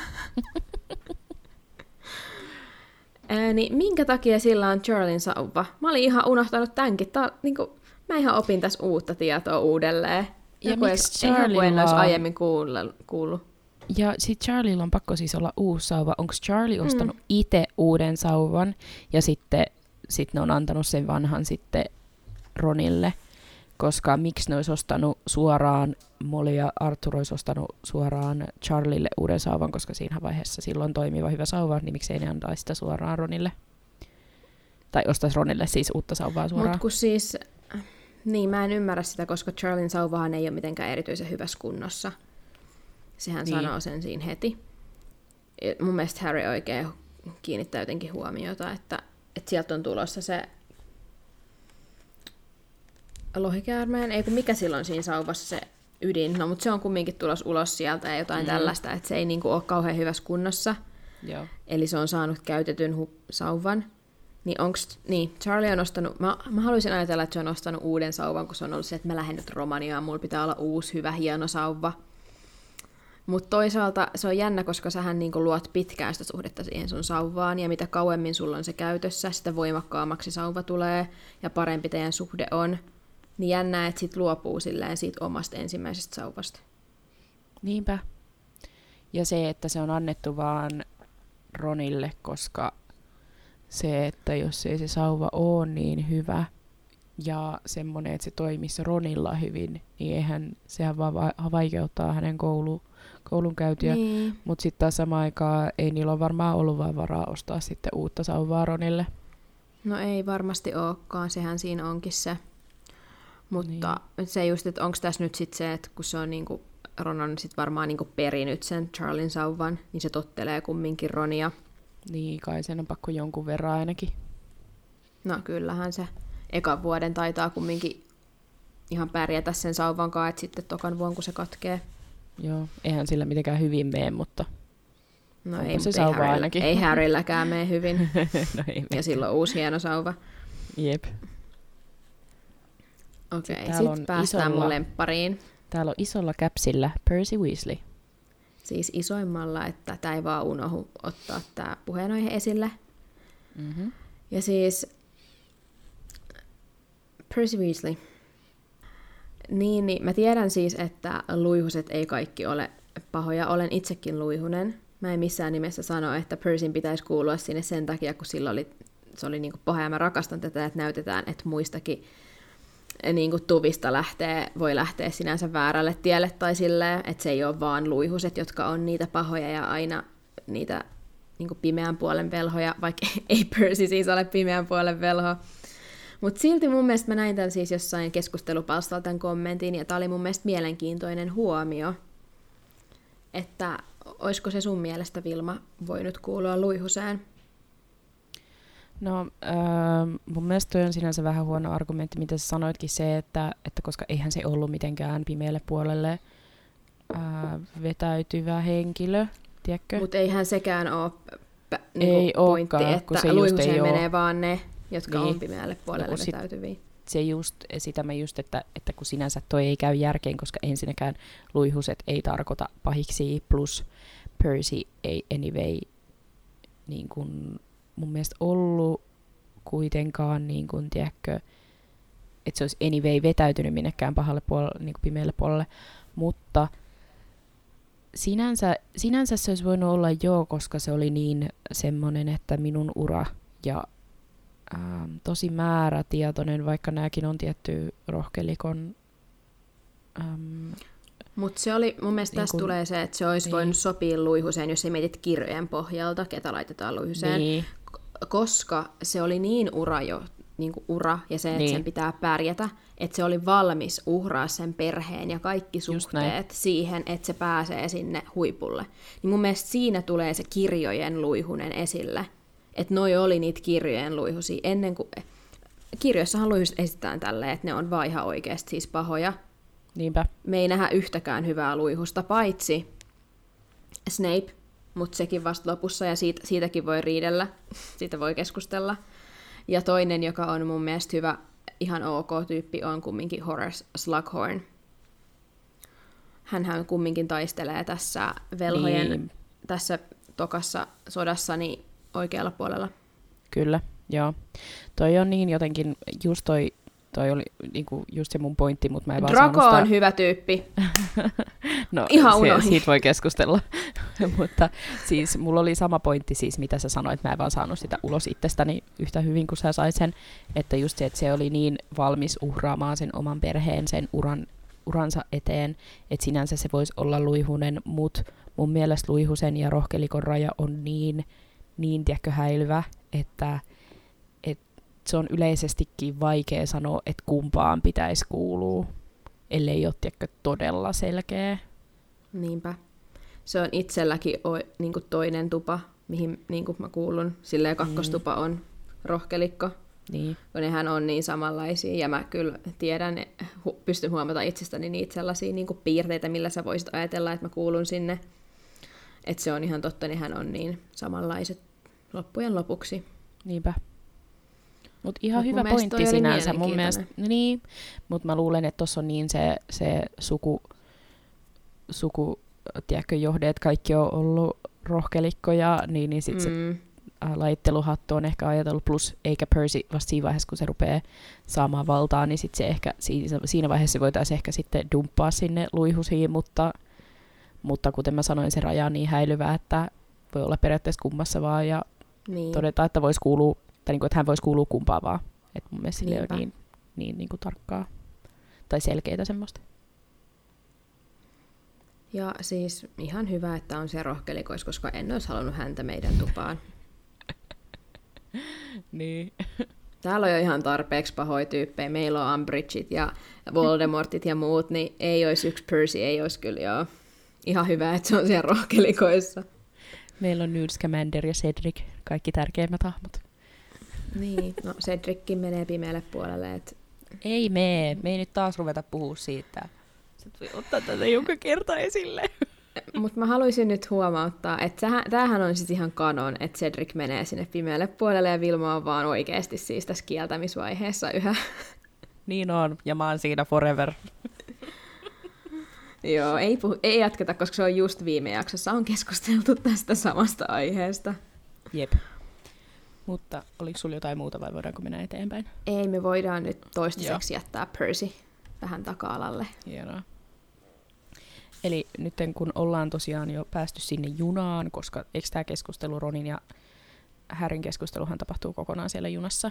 Niin minkä takia sillä on Charlien sauva? Mä olin ihan unohtanut tämänkin. Mä ihan opin tässä uutta tietoa uudelleen. Ja miksi en Charliella olisi on... aiemmin kuullut. Ja sit Charliella on pakko siis olla uusi sauva. Onko Charlie ostanut itse uuden sauvan ja sitten ne on antanut sen vanhan sitten Ronille? Koska miksi ne olisi ostanut suoraan, Molly ja Arthur olisi ostanut suoraan Charlielle uuden sauvan, koska siinä vaiheessa silloin toimiva hyvä sauva, niin miksei ne antaisi sitä suoraan Ronille? Tai ostaisi Ronille siis uutta sauvaa suoraan. Mut kun siis, niin mä en ymmärrä sitä, koska Charlien sauvahan ei ole mitenkään erityisen hyvässä kunnossa. Sehän niin sanoo sen siinä heti. Mun mielestä Harry oikein kiinnittää jotenkin huomiota, että sieltä on tulossa se lohikäärmeen, ei kun mikä silloin siinä sauvassa se ydin, no mutta se on kumminkin tulossa ulos sieltä ja jotain tällaista, että se ei niinku ole kauhean hyvässä kunnossa. Joo. Eli se on saanut käytetyn sauvan. Niin, Charlie on ostanut, mä haluaisin ajatella, että se on ostanut uuden sauvan, kun se on ollut se, että mä lähden nyt Romaniaan, mulla pitää olla uusi, hyvä, hieno sauva. Mutta toisaalta se on jännä, koska sähän niinku luot pitkään sitä suhdetta siihen sun sauvaan, ja mitä kauemmin sulla on se käytössä, sitä voimakkaammaksi sauva tulee, ja parempi teidän suhde on. Niin jännää, että sit luopuu silleen siitä omasta ensimmäisestä sauvasta. Niinpä. Ja se, että se on annettu vaan Ronille, koska se, että jos ei se sauva ole niin hyvä ja semmoinen, että se toimisi Ronilla hyvin, niin sehän vaan vaikeuttaa hänen koulunkäyntiä. Niin. Mutta sitten taas samaan aikaan ei niillä ole varmaan ollut vaan varaa ostaa sitten uutta sauvaa Ronille. No ei varmasti olekaan, sehän siinä onkin se. Mutta se just, että onko tässä nyt sitten se, että kun se on niinku, Ron on sitten varmaan niinku perinyt sen Charlien sauvan, niin se tottelee kumminkin Ronia. Niin, kai sen on pakko jonkun verran ainakin. No kyllähän se ekan vuoden taitaa kumminkin ihan pärjätä sen sauvan kanssa, että sitten tokan vuonna kun se katkee. Joo, eihän sillä mitenkään hyvin mene, mutta no onko ei, se sauva ainakin? Ei Harrylläkään mene hyvin. No ei ja silloin uusi hieno sauva. Jep. Okei, sitten päästään mun lemppariin. Täällä on isolla käpsillä Percy Weasley. Siis isoimmalla, että tämä ei vaan unohdu ottaa tämä puheenaihe esille. Mm-hmm. Ja siis Percy Weasley. Niin, mä tiedän siis, että luihuset ei kaikki ole pahoja. Olen itsekin luihunen. Mä en missään nimessä sano, että Percyn pitäisi kuulua sinne sen takia, kun se oli niinku paha ja mä rakastan tätä, että näytetään, että muistakin niinku tuvista voi lähteä sinänsä väärälle tielle tai silleen, että se ei ole vaan luihuset, jotka on niitä pahoja ja aina niitä niinku pimeän puolen velhoja, vaikka ei Percy siis ole pimeän puolen velho. Mutta silti mun mielestä mä näin tämän siis jossain keskustelupalstalla tämän kommentin, ja tää oli mun mielestä mielenkiintoinen huomio, että olisiko se sun mielestä, Vilma, voinut kuulua luihuseen? No, mun mielestä toi on sinänsä vähän huono argumentti, mitä sä sanoitkin se, että koska eihän se ollut mitenkään pimeälle puolelle vetäytyvä henkilö, tiedätkö? Mutta eihän sekään ole ei pointti, olekaan, että luihuseen menee vaan ne, jotka on pimeälle puolelle vetäytyviä. Se just, sitä mä just, että kun sinänsä toi ei käy järkeen, koska ensinnäkään luihuset ei tarkoita pahiksi, plus Percy ei anyway niin kun mun mielestä ollut kuitenkaan, niin kun, tiedätkö, että se olisi anyway vetäytynyt minnekään pahalle puolelle, niin kuin pimeälle puolelle, mutta sinänsä se olisi voinut olla koska se oli niin semmoinen, että minun ura ja tosi määrätietoinen, vaikka nämäkin on tietty rohkelikon. Mutta se oli, mun mielestä tässä tulee se, että se olisi voinut sopia luihuseen, jos sä mietit kirjojen pohjalta, ketä laitetaan luihuseen. Niin. Koska se oli niin niin kuin ura ja se, että Niin. sen pitää pärjätä, että se oli valmis uhraa sen perheen ja kaikki suhteet siihen, että se pääsee sinne huipulle. Niin mun mielestä siinä tulee se kirjojen luihunen esille, että noi oli niitä kirjojen luihusia ennen kuin... Kirjoissahan luihuset esitetään tälleen, että ne on vaan ihan oikeasti siis pahoja. Niinpä. Me ei nähdä yhtäkään hyvää luihusta, paitsi Snape, mutta sekin vasta lopussa, ja siitäkin voi riidellä, siitä voi keskustella. Ja toinen, joka on mun mielestä hyvä, ihan ok tyyppi, on kumminkin Horace Slughorn. Hänhän kumminkin taistelee tässä velhojen, tässä tokassa sodassa niin oikealla puolella. Kyllä, joo. Toi on niin jotenkin, just toi oli niinku just se mun pointti, mutta mä en vaan Draco saanut sitä... on hyvä tyyppi. No, ihan unohdin. Siitä voi keskustella. Mutta siis mulla oli sama pointti, siis mitä sä sanoit, mä en vaan saanut sitä ulos itsestäni yhtä hyvin kuin sä sait sen, että just se, että se oli niin valmis uhraamaan sen oman perheen, sen uransa eteen, että sinänsä se voisi olla luihunen, mutta mun mielestä luihusen ja rohkelikon raja on niin tiedätkö, häilyvä, että se on yleisestikin vaikea sanoa, että kumpaan pitäisi kuulua, ellei ole tiedätkö, todella selkeä. Niinpä. Se on itselläkin niin kuin toinen tupa, mihin niin kuin mä kuulun. Silleen kakkostupa on rohkelikko. Niin. Kun nehän on niin samanlaisia. Ja mä kyllä tiedän, pystyn huomata itsestäni niitä sellaisia niin kuin piirteitä, millä sä voisit ajatella, että mä kuulun sinne. Että se on ihan totta, nehän on niin samanlaiset loppujen lopuksi. Niinpä. Mutta ihan hyvä pointti sinänsä mun mielestä. Niin, mutta mä luulen, että tuossa on niin se suku tiedätkö, johdeet kaikki on ollut rohkelikkoja, niin sitten se laitteluhattu on ehkä ajatellut, plus eikä Percy vasta siinä vaiheessa, kun se rupeaa saamaan valtaa, niin sitten se ehkä siinä vaiheessa se voitaisiin ehkä sitten dumppaa sinne luihusiin, mutta kuten mä sanoin, se raja on niin häilyvä, että voi olla periaatteessa kummassa vaan ja todetaan, että voisi kuulua, tai niin kuin, että hän voisi kuulua kumpaan vaan. Että mun mielestä sille on niin kuin tarkkaa tai selkeitä semmoista. Ja siis ihan hyvä, että on se rohkelikois, koska en olisi halunnut häntä meidän tupaan. Niin. Täällä on jo ihan tarpeeksi pahoja tyyppejä. Meillä on Umbridgeit ja Voldemortit ja muut, niin ei olisi yksi Percy, ei olisi kyllä joo. Ihan hyvä, että se on siellä rohkelikoissa. Meillä on Newt Scamander ja Cedric, kaikki tärkeimmät hahmot. Niin, no Cedrickin menee pimeälle puolelle. Ei me ei nyt taas ruveta puhua siitä. Sä voi ottaa tätä joka kerta esille. Mutta mä haluaisin nyt huomauttaa, että tämähän on siis ihan kanon, että Cedric menee sinne pimeälle puolelle ja Vilma on vaan oikeasti siis tässä kieltämisvaiheessa yhä. Niin on, ja mä oon siinä forever. Joo, ei jatketa, koska se on just viime jaksossa on keskusteltu tästä samasta aiheesta. Jep. Mutta oliko sulla jotain muuta vai voidaanko mennä eteenpäin? Ei, me voidaan nyt toistaiseksi jättää Percy vähän taka-alalle. Hienoa. Eli nyt kun ollaan tosiaan jo päästy sinne junaan, koska eikö tämä keskustelu Ronin ja Harryn keskusteluhan tapahtuu kokonaan siellä junassa?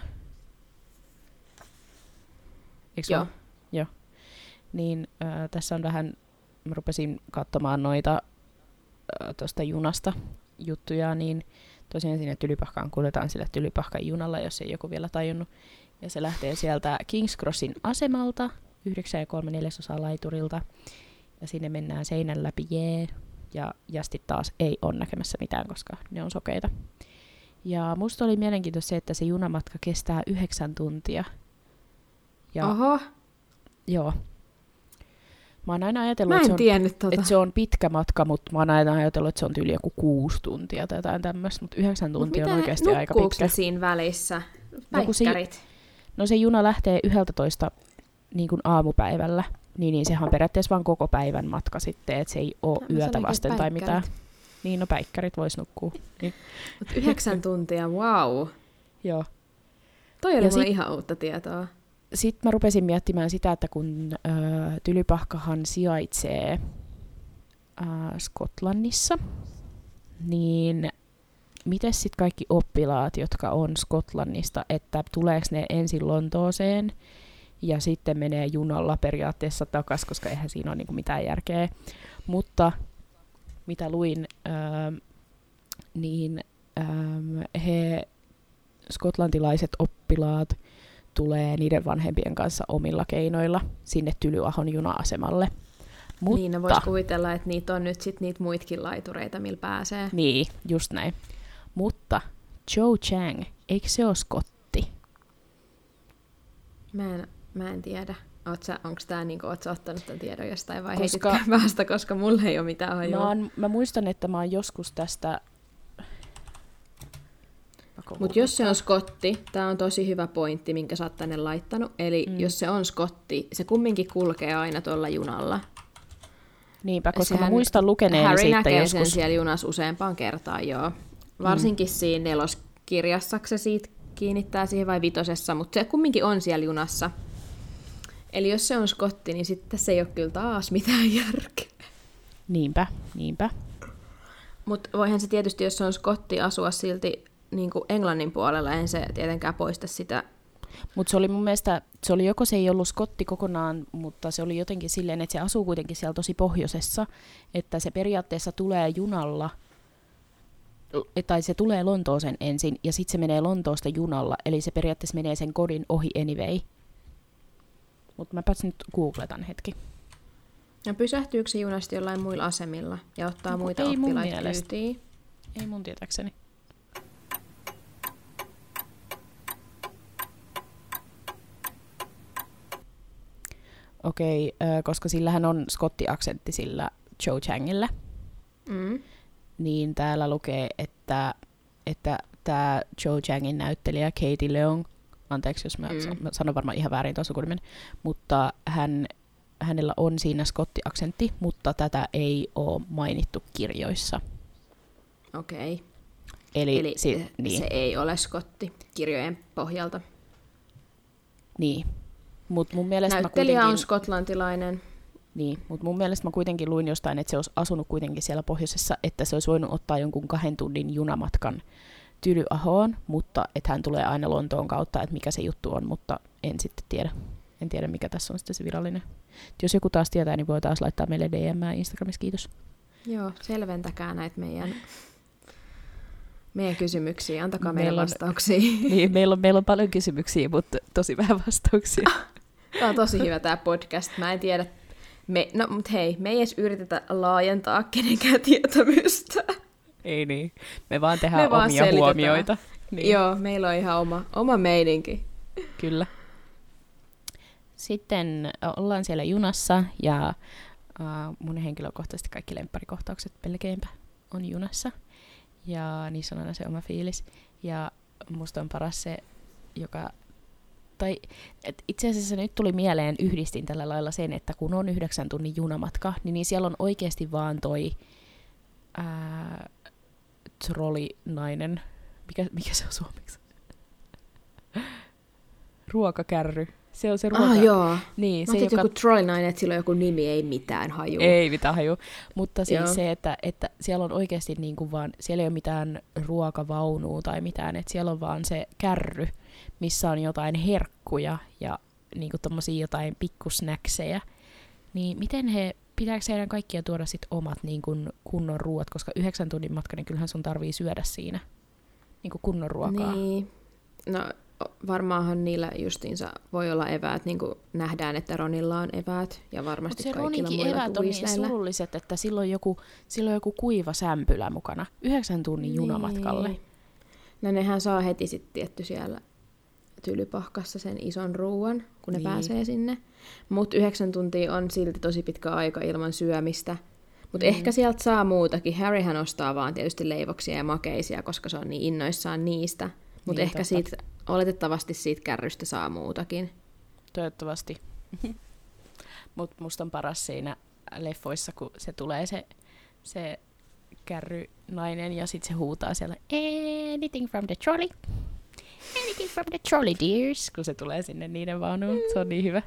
Eikö Joo. Joo. Niin tässä on vähän, mä rupesin katsomaan noita tuosta junasta juttuja, niin tosiaan sinne Tylypahkaan kuljetaan sillä Tylypahkan junalla, jos ei joku vielä tajunnut. Ja se lähtee sieltä King's Crossin asemalta, 9 3/4 laiturilta. Ja sinne mennään seinän läpi, ja Jastit taas ei ole näkemässä mitään, koska ne on sokeita. Ja musta oli mielenkiintoista se, että se junamatka kestää 9 tuntia. Ja, oho. Joo. Mä oon aina ajatellut, että se on pitkä matka, mutta mä oon aina ajatellut, että se on tyyli joku 6 tuntia tai jotain tämmöistä, mutta 9 tuntia on oikeasti aika pitkä. Nukkuuko siinä välissä? Päikkärit? No se juna lähtee 11 niin kuin aamupäivällä, niin sehän on periaatteessa vaan koko päivän matka sitten, että se ei ole yötä vasten tai mitään. Niin, no päikkärit vois nukkua. Niin. Mutta 9 tuntia, wow. Joo. Toi oli mulle ihan uutta tietoa. Sitten mä rupesin miettimään sitä, että kun Tylypahkahan sijaitsee Skotlannissa, niin miten sitten kaikki oppilaat, jotka on Skotlannista, että tuleeko ne ensin Lontooseen ja sitten menee junalla periaatteessa takaisin, koska eihän siinä ole niinku mitään järkeä. Mutta mitä luin, he skotlantilaiset oppilaat tulee niiden vanhempien kanssa omilla keinoilla sinne Tylyahon juna-asemalle. Mutta, niin, ne vois kuvitella, että niitä on nyt sit niitä muitakin laitureita, millä pääsee. Niin, just näin. Mutta Cho Chang, eikö se ole skotti? Mä en tiedä. Onko tämä niinku, ootko ottanut tämän tiedon jostain vai heititkään päästä, koska mulla ei ole mitään hajua. Mä muistan, että mä oon joskus tästä... Mutta jos se on skotti, tämä on tosi hyvä pointti, minkä sä oot tänne laittanut. Eli jos se on skotti, se kumminkin kulkee aina tuolla junalla. Niinpä, koska mä muistan lukeneeni Harry siitä näkee joskus. sen siellä junassa useampaan kertaan, joo. Varsinkin siinä neloskirjassa se siitä kiinnittää siihen vai vitosessa, mutta se kumminkin on siellä junassa. Eli jos se on skotti, niin sitten se ei ole kyllä taas mitään järkeä. Niinpä. Mutta voihan se tietysti, jos se on skotti, asua silti niin kuin Englannin puolella, en se tietenkään poista sitä. Mutta se oli mun mielestä, joko se ei ollut skotti kokonaan, mutta se oli jotenkin silleen, että se asuu kuitenkin siellä tosi pohjoisessa, että se periaatteessa tulee junalla, tai se tulee Lontooseen ensin, ja sitten se menee Lontoosta junalla, eli se periaatteessa menee sen kodin ohi anyway. Mutta mäpäs nyt googletan hetki. Ja pysähtyykö se junasta jollain muilla asemilla ja ottaa muita oppilaita kyytiin? Ei mun tietääkseni. Okei, koska sillähän on skotti-aksentti sillä Cho Changillä, niin täällä lukee, että tämä Cho Changin näyttelijä Katie Leung, anteeksi jos mä sanon varmaan ihan väärin tuon sukunimen, mutta hänellä on siinä skotti-aksentti, mutta tätä ei ole mainittu kirjoissa. Okei. Eli niin. Se ei ole skotti kirjojen pohjalta. Niin. Mut mun mielestä näyttelijä on skotlantilainen. Niin, mutta mun mielestä mä kuitenkin luin jostain, että se olisi asunut kuitenkin siellä pohjoisessa, että se olisi voinut ottaa jonkun 2 tunnin junamatkan Tylyahoon, mutta että hän tulee aina Lontoon kautta, että mikä se juttu on, mutta en sitten tiedä. En tiedä, mikä tässä on sitten se virallinen. Et jos joku taas tietää, niin voi taas laittaa meille DM Instagramissa, kiitos. Joo, selventäkää näitä meidän kysymyksiä, antakaa meille vastauksia. Niin, meillä on paljon kysymyksiä, mutta tosi vähän vastauksia. Tämä on tosi hyvä tämä podcast, mä en tiedä. Mutta hei, me ei edes yritetä laajentaa kenenkään tietämystä. Ei niin, me vaan tehdään omia huomioita. Niin. Joo, meillä on ihan oma meininki. Kyllä. Sitten ollaan siellä junassa ja mun henkilökohtaisesti kaikki lempparikohtaukset pelkeinpä on junassa. Ja niissä on aina se oma fiilis. Ja musta on paras se, joka... Tai itse asiassa nyt tuli mieleen, yhdistin tällä lailla sen, että kun on 9 tunnin junamatka, niin siellä on oikeasti vaan toi trollinainen. Mikä se on suomeksi? Ruokakärry. Se on se ruoka. Joo. Niin, se joku trollinainen, että sillä on joku nimi, ei mitään haju. Ei mitään haju. Mutta siis se, että siellä on oikeasti niinku vaan, siellä ei ole mitään ruokavaunua tai mitään, että siellä on vaan se kärry, missä on jotain herkkuja ja niinku tommosia jotain pikkusnäksejä. Niin miten pitääkö heidän kaikkia tuoda sit omat niinku kunnon ruoat, koska 9 tunnin matka, niin kyllähän sun tarvii syödä siinä niinku kunnon ruokaa. Niin. No varmaanhan niillä justiinsa voi olla eväät, niin kuin nähdään, että Ronilla on eväät, ja varmasti kaikilla muilla eväät on niin surulliset, että silloin joku kuiva sämpylä mukana 9 tunnin junamatkalle. No nehän saa heti sitten tietty siellä Tylypahkassa sen ison ruuan, kun ne pääsee sinne. Mutta 9 tuntia on silti tosi pitkä aika ilman syömistä. Mutta ehkä sieltä saa muutakin. Harryhän ostaa vaan tietysti leivoksia ja makeisia, koska se on niin innoissaan niistä. Mutta ehkä oletettavasti siitä kärrystä saa muutakin. Toivottavasti. Mutta musta on paras siinä leffoissa, kun se tulee se kärrynainen ja sitten se huutaa siellä anything from the trolley. Anything from the trolley, dears. Kun se tulee sinne niiden vaunuun. Se on niin hyvä.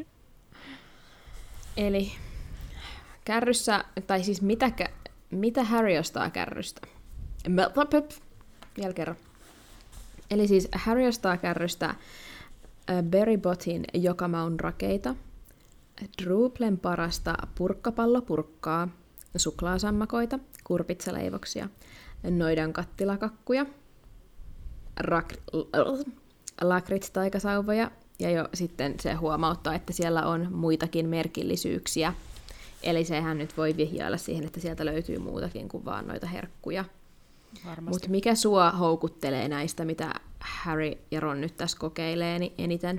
Eli kärryssä, tai siis mitä Harry ostaa kärrystä? Vielä kerran. Eli siis Harry ostaa kärrystä Berry Botin Jokamaun rakeita, Drooplen parasta purkkapallopurkkaa, suklaasammakoita, kurpitsaleivoksia, noidan kattilakakkuja, lakritstaikasauvoja Ja jo sitten se huomauttaa, että siellä on muitakin merkillisyyksiä. Eli sehän nyt voi vihjailla siihen, että sieltä löytyy muutakin kuin vaan noita herkkuja. Mutta mikä sua houkuttelee näistä, mitä Harry ja Ron nyt tässä kokeilee niin eniten?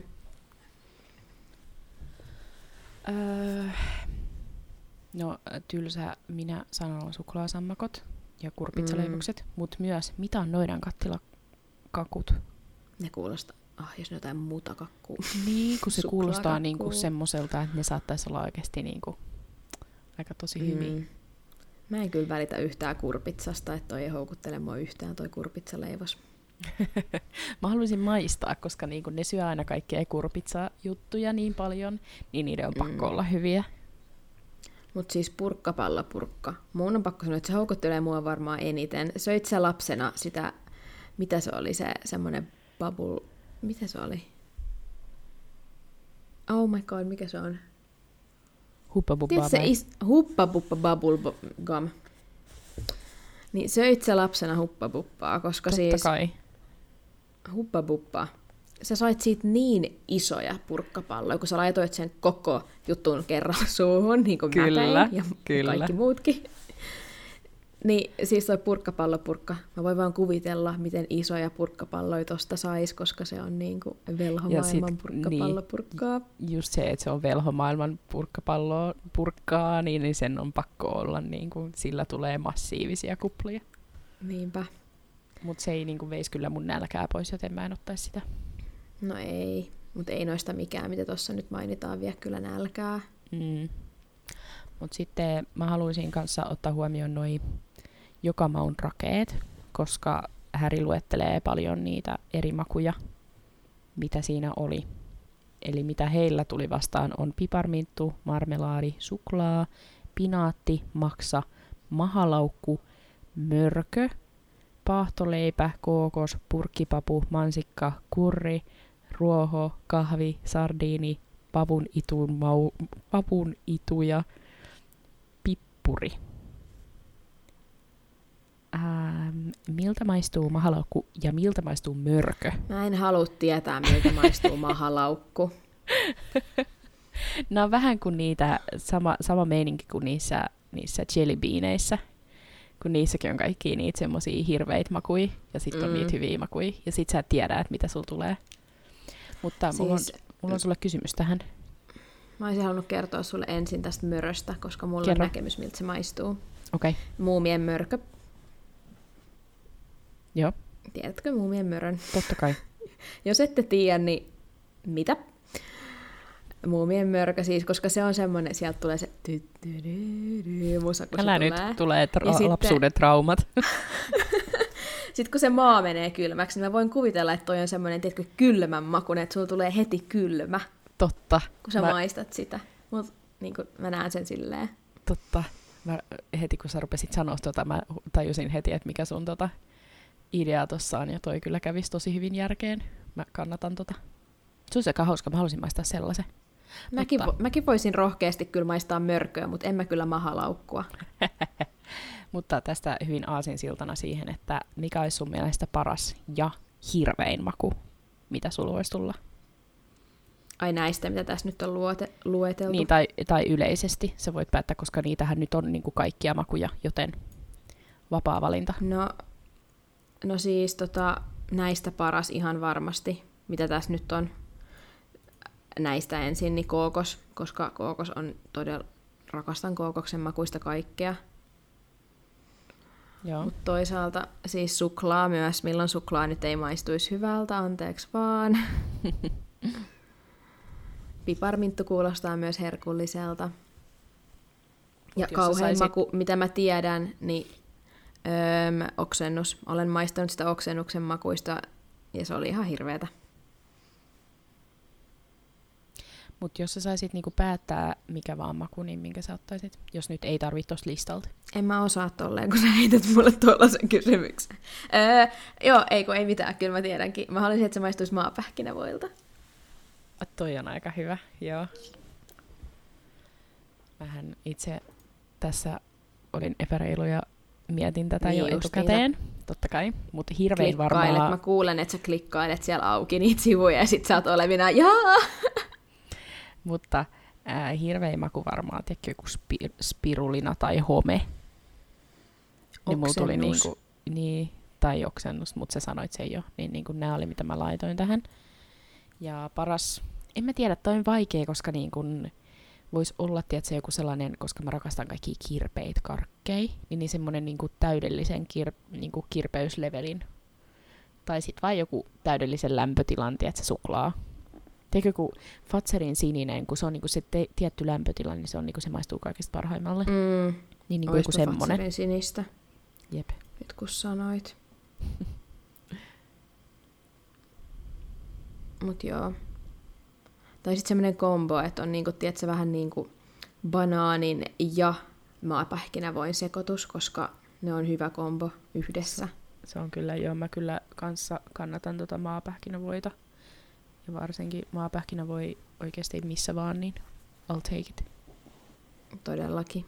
No tylsä, minä sanon suklaasammakot ja kurpitsaleivokset, mutta myös mitä on noidan kattilakakut? Ne kuulostaa, jos ne jotain mutakakkuu. Niin, kun se kuulostaa niinku semmoiselta, että ne saattaisi olla oikeasti niinku aika tosi hyviä. Mä en kyllä välitä yhtään kurpitsasta, että toi ei houkuttele mua yhtään toi kurpitsaleivos. Mä haluaisin maistaa, koska niinku ne syö aina kaikkia kurpitsajuttuja niin paljon, niin niiden on pakko olla hyviä. Mut siis purkkapallapurkka. Mun on pakko sanoa, että se houkuttelee mua varmaan eniten. Söit sä lapsena sitä, mitä se oli, se semmonen bubble, mitä se oli? Oh my god, mikä se on? Huppa-buppa. Huppa-buppa bubble gum. Niin söit sä lapsena huppabuppaa, koska totta siis kai. Huppa-buppa. Sä sait siitä niin isoja purkkapalloja, kun sä laitoit sen koko jutun kerralla suuhun, niin kuin mä tein ja kaikki muutkin. Niin siis toi purkkapallopurkka. Mä voin vaan kuvitella, miten isoja purkkapalloja tosta sais, koska se on niinku velhomaailman purkkapallopurkkaa. Niin, just se, että se on velhomaailman purkkaa, niin sen on pakko olla, niinku, sillä tulee massiivisia kuplia. Niinpä. Mut se ei niinku veisi kyllä mun nälkää pois, joten mä en ottaisi sitä. No ei, mutta ei noista mikään, mitä tuossa nyt mainitaan, vie kyllä nälkää. Mut sitten mä haluaisin kanssa ottaa huomioon noi joka maun rakeet, koska Harry luettelee paljon niitä eri makuja, mitä siinä oli. Eli mitä heillä tuli vastaan on piparminttu, marmelaadi, suklaa, pinaatti, maksa, mahalaukku, mörkö, paahtoleipä, kookos, purkkipapu, mansikka, kurri, ruoho, kahvi, sardiini, pavun itu ja pippuri. Miltä maistuu mahalaukku ja miltä maistuu mörkö? Mä en halua tietää, miltä maistuu mahalaukku. No vähän kuin niitä, sama meininki kuin niissä jellybeaneissä, kun niissäkin on kaikki niitä semmosia hirveitä makuja, ja sitten on niitä hyviä makuja, ja sit sä et tiedä, että mitä sulla tulee. Mutta siis, mulla on sulle kysymys tähän. Mä olisin halunnut kertoa sulle ensin tästä möröstä, koska mulla on näkemys, miltä se maistuu. Okay. Muumien mörkö. Joo. Tiedätkö muumien mörön? Totta kai. Jos ette tiedä, niin mitä? Muumien mörkö siis, koska se on semmoinen, sieltä tulee se musa, kun älä se nyt tulee. Lapsuuden traumat. Sitten kun se maa menee kylmäksi, niin mä voin kuvitella, että toi on semmoinen, tiedätkö, kylmän makuinen, että sulla tulee heti kylmä. Totta. Kun sä maistat sitä. Mut niin mä näen sen silleen. Totta. Heti kun sä rupesit sanoa mä tajusin heti, että mikä sun idea tossa on, ja toi kyllä kävisi tosi hyvin järkeen. Mä kannatan Se olisi aika hauska, mä haluaisin maistaa sellaisen. Mäkin voisin rohkeasti kyllä maistaa mörköä, mutta en mä kyllä mahalaukkua. Mutta tästä hyvin aasinsiltana siihen, että mikä olisi sun mielestä paras ja hirvein maku, mitä sulla voisi tulla? Ai näistä, mitä tässä nyt on lueteltu? Niin, tai yleisesti. Sä voit päättää, koska niitähän nyt on niin kuin kaikkia makuja, joten vapaa valinta. No siis näistä paras ihan varmasti, mitä tässä nyt on. Näistä ensin, niin kookos, koska kookos on todella, rakastan kookoksen makuista kaikkea. Mutta toisaalta siis suklaa myös, milloin suklaa nyt ei maistuisi hyvältä, anteeksi vaan. Piparminttu kuulostaa myös herkulliselta. Ja kauhean maku, mitä mä tiedän, niin oksennus. Olen maistanut sitä oksennuksen makuista ja se oli ihan hirveetä. Mutta jos sä saisit niinku päättää mikä vaan maku, niin minkä sä ottaisit, jos nyt ei tarvitse tosta listalta? En mä osaa tolleen, kun sä heität mulle tuollaisen kysymyksen. Ei mitään, kyllä mä tiedänkin. Mä haluaisin, että se maistuisi maapähkinävoilta. Toi on aika hyvä, joo. Mähän itse tässä olin epäreilu ja mietin tätä jo etukäteen. totta kai. Mutta hirvein Klikkailet, varmaan... mä kuulen, että sä klikkailet siellä auki niitä sivuja ja sit sä oot olevina, jaa! Mutta hirvein maku varmaan teki joku spirulina tai home. Niin mulla tuli niinku, niin, tai oksennus, mutta sä sanoit sen jo. Niin niinku nämä oli, mitä mä laitoin tähän. Ja paras, en mä tiedä, toi on vaikea, koska niinku voisi olla, tiedätkö, joku sellainen, koska mä rakastan kaikkia kirpeitä karkkeja, niin semmoinen niinku täydellisen niinku kirpeyslevelin. Tai sit vain joku täydellisen lämpötilan, tiedätkö, suklaa. Teikö joku Fatserin sininen, kun se on niinku se tietty lämpötila, niin se on niinku se maistuu kaikista parhaimmalle. Niin niinku joku semmonen. Fatserin sinistä. Jep. Nyt kun sanoit. Mut joo. Tai sit semmonen kombo, että on niinku, tiedätkö, vähän niinku banaanin ja maapähkinävoin sekoitus, koska ne on hyvä kombo yhdessä. Se on kyllä, joo, mä kyllä kanssa kannatan maapähkinävoita. Ja varsinkin maapähkinävoi oikeasti missä vaan, niin I'll take it. Todellakin.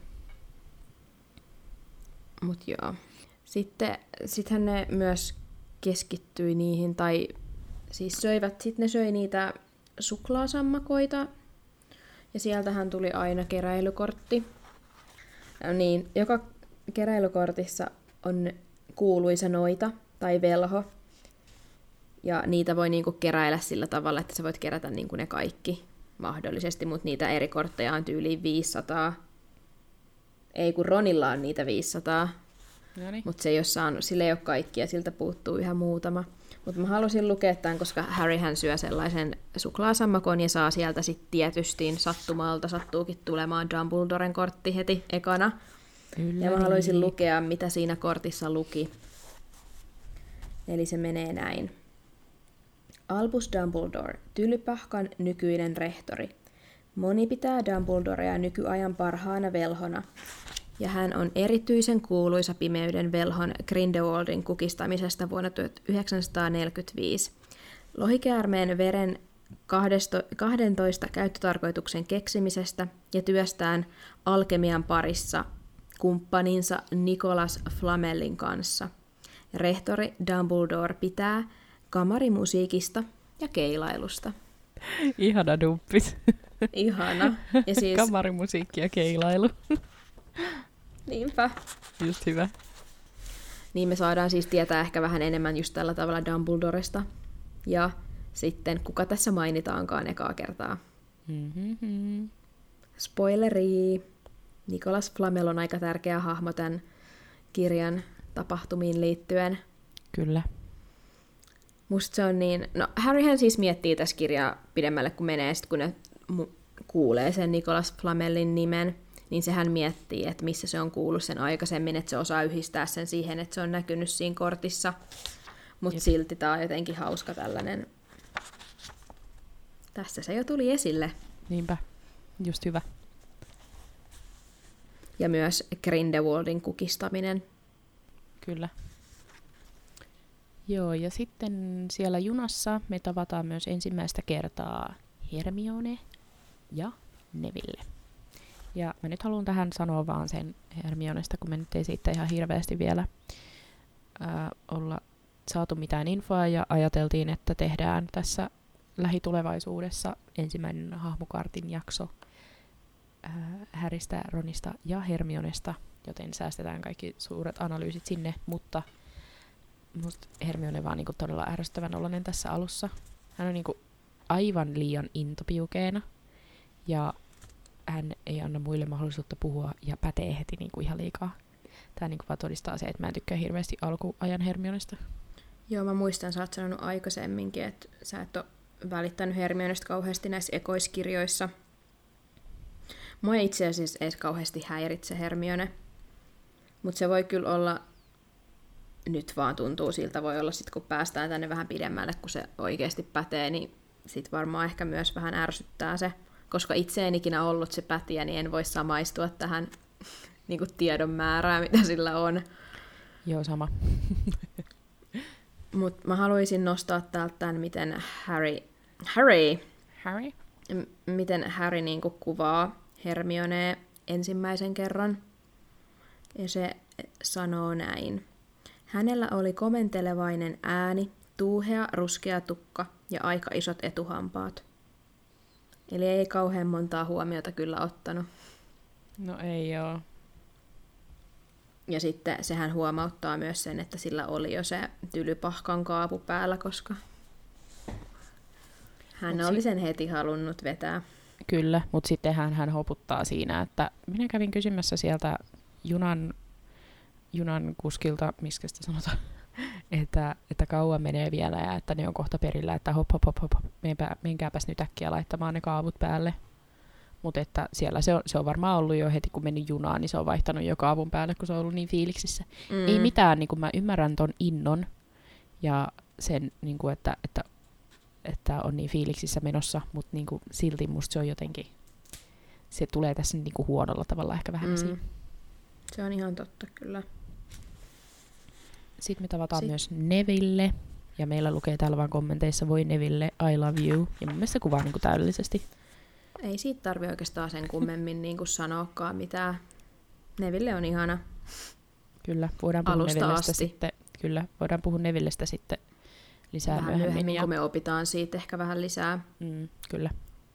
Mut joo. Sittenhän ne myös keskittyi niihin, tai siis ne söi niitä suklaasammakoita, ja sieltähän tuli aina keräilykortti. Niin, joka keräilykortissa on kuuluisa noita tai velho, ja niitä voi niinku keräillä sillä tavalla, että sä voit kerätä niinku ne kaikki mahdollisesti, mutta niitä eri kortteja on tyyliin 500. Ei, kun Ronilla on niitä 500. Mutta se ei ole saanut, sillä ei ole kaikkia, siltä puuttuu ihan muutama. Mutta mä halusin lukea tämän, koska Harryhän syö sellaisen suklaasammakon ja saa sieltä sitten tietysti sattumalta, sattuukin tulemaan Dumbledoren kortti heti ekana. Ja mä haluaisin lukea, mitä siinä kortissa luki. Eli se menee näin. Albus Dumbledore, Tylypahkan nykyinen rehtori. Moni pitää Dumbledorea nykyajan parhaana velhona, ja hän on erityisen kuuluisa pimeyden velhon Grindelwaldin kukistamisesta vuonna 1945. Lohikäärmeen veren 12 käyttötarkoituksen keksimisestä ja työstään alkemian parissa kumppaninsa Nicholas Flamellin kanssa. Rehtori Dumbledore pitää kamarimusiikista ja keilailusta. Ihana dumppis. Ihana. Ja siis... kamarimusiikki ja keilailu. Niinpä. Just hyvä. Niin me saadaan siis tietää ehkä vähän enemmän just tällä tavalla Dumbledoresta. Ja sitten kuka tässä mainitaankaan ekaa kertaa. Mm-hmm. Spoileri. Nicholas Flamel on aika tärkeä hahmo tämän kirjan tapahtumiin liittyen. Kyllä. Musta se on niin... No, Harryhän siis miettii tässä kirjaa pidemmälle, kun menee, sit kun ne kuulee sen Nicholas Flamellin nimen, niin sehän miettii, että missä se on kuullut sen aikaisemmin, että se osaa yhdistää sen siihen, että se on näkynyt siinä kortissa. Mutta silti tää on jotenkin hauska tällainen... Tässä se jo tuli esille. Niinpä. Just hyvä. Ja myös Grindelwaldin kukistaminen. Kyllä. Joo, ja sitten siellä junassa me tavataan myös ensimmäistä kertaa Hermione ja Neville. Ja mä nyt haluan tähän sanoa vaan sen Hermionesta, kun me nyt ei siitä ihan hirveästi vielä olla saatu mitään infoa, ja ajateltiin, että tehdään tässä lähitulevaisuudessa ensimmäinen hahmokartin jakso Harrystä, Ronista ja Hermionesta, joten säästetään kaikki suuret analyysit sinne, mutta musta Hermione vaan niinku todella ärsyttävän oloinen tässä alussa. Hän on niinku aivan liian intopiukeena, ja hän ei anna muille mahdollisuutta puhua ja pätee heti niinku ihan liikaa. Tää niinku vaan todistaa se, että mä en tykkää hirveästi alkuajan Hermionesta. Joo, mä muistan, sä oot sanonut aikaisemminkin, että sä et ole välittänyt Hermionesta kauheasti näissä ekoiskirjoissa. Mua ei itse asiassa edes kauheasti häiritse Hermione, mutta se voi kyllä olla, nyt vaan tuntuu siltä, voi olla sit kun päästään tänne vähän pidemmälle, kun se oikeasti pätee, niin sit varmaan ehkä myös vähän ärsyttää se, koska itse en ikinä ollut se pätiä, niin en voi samaistua tähän niin kuin tiedon määrään, mitä sillä on. Joo, sama. Mutta mä haluaisin nostaa täältä tämän, miten miten Harry niinku kuvaa Hermionea ensimmäisen kerran. Ja se sanoo näin. Hänellä oli komentelevainen ääni, tuuhea, ruskea tukka ja aika isot etuhampaat. Eli ei kauhean montaa huomiota kyllä ottanut. No ei oo. Ja sitten sehän huomauttaa myös sen, että sillä oli jo se tylypahkan kaapu päällä, koska hän oli sen heti halunnut vetää. Kyllä, mutta sitten hän hoputtaa siinä, että minä kävin kysymässä sieltä junan kuskilta, miskä sitä sanotaan, että kauan menee vielä ja että ne on kohta perillä, että hop, menkääpäs nyt äkkiä laittamaan ne kaavut päälle. Mutta että siellä se on varmaan ollut jo heti, kun meni junaan, niin se on vaihtanut jo kaavun päälle, kun se on ollut niin fiiliksissä. Ei mitään, niin kuin mä ymmärrän ton innon ja sen, niin kuin, että on niin fiiliksissä menossa, mutta niin kuin, silti musta se on jotenkin, se tulee tässä niin kuin huonolla tavalla ehkä vähän esiin. Se on ihan totta, kyllä. Sitten me tavataan myös Neville, ja meillä lukee täällä vaan kommenteissa, voi Neville, I love you, ja mun mielestä se kuvaa niin kuin täydellisesti. Ei siitä tarvitse oikeastaan sen kummemmin niin kuin sanoakaan mitään. Neville on ihana. Kyllä, voidaan puhua Nevillestä sitten. Kyllä, voidaan puhua Nevillestä sitten lisää vähän myöhemmin, kun me opitaan siitä ehkä vähän lisää. Kyllä.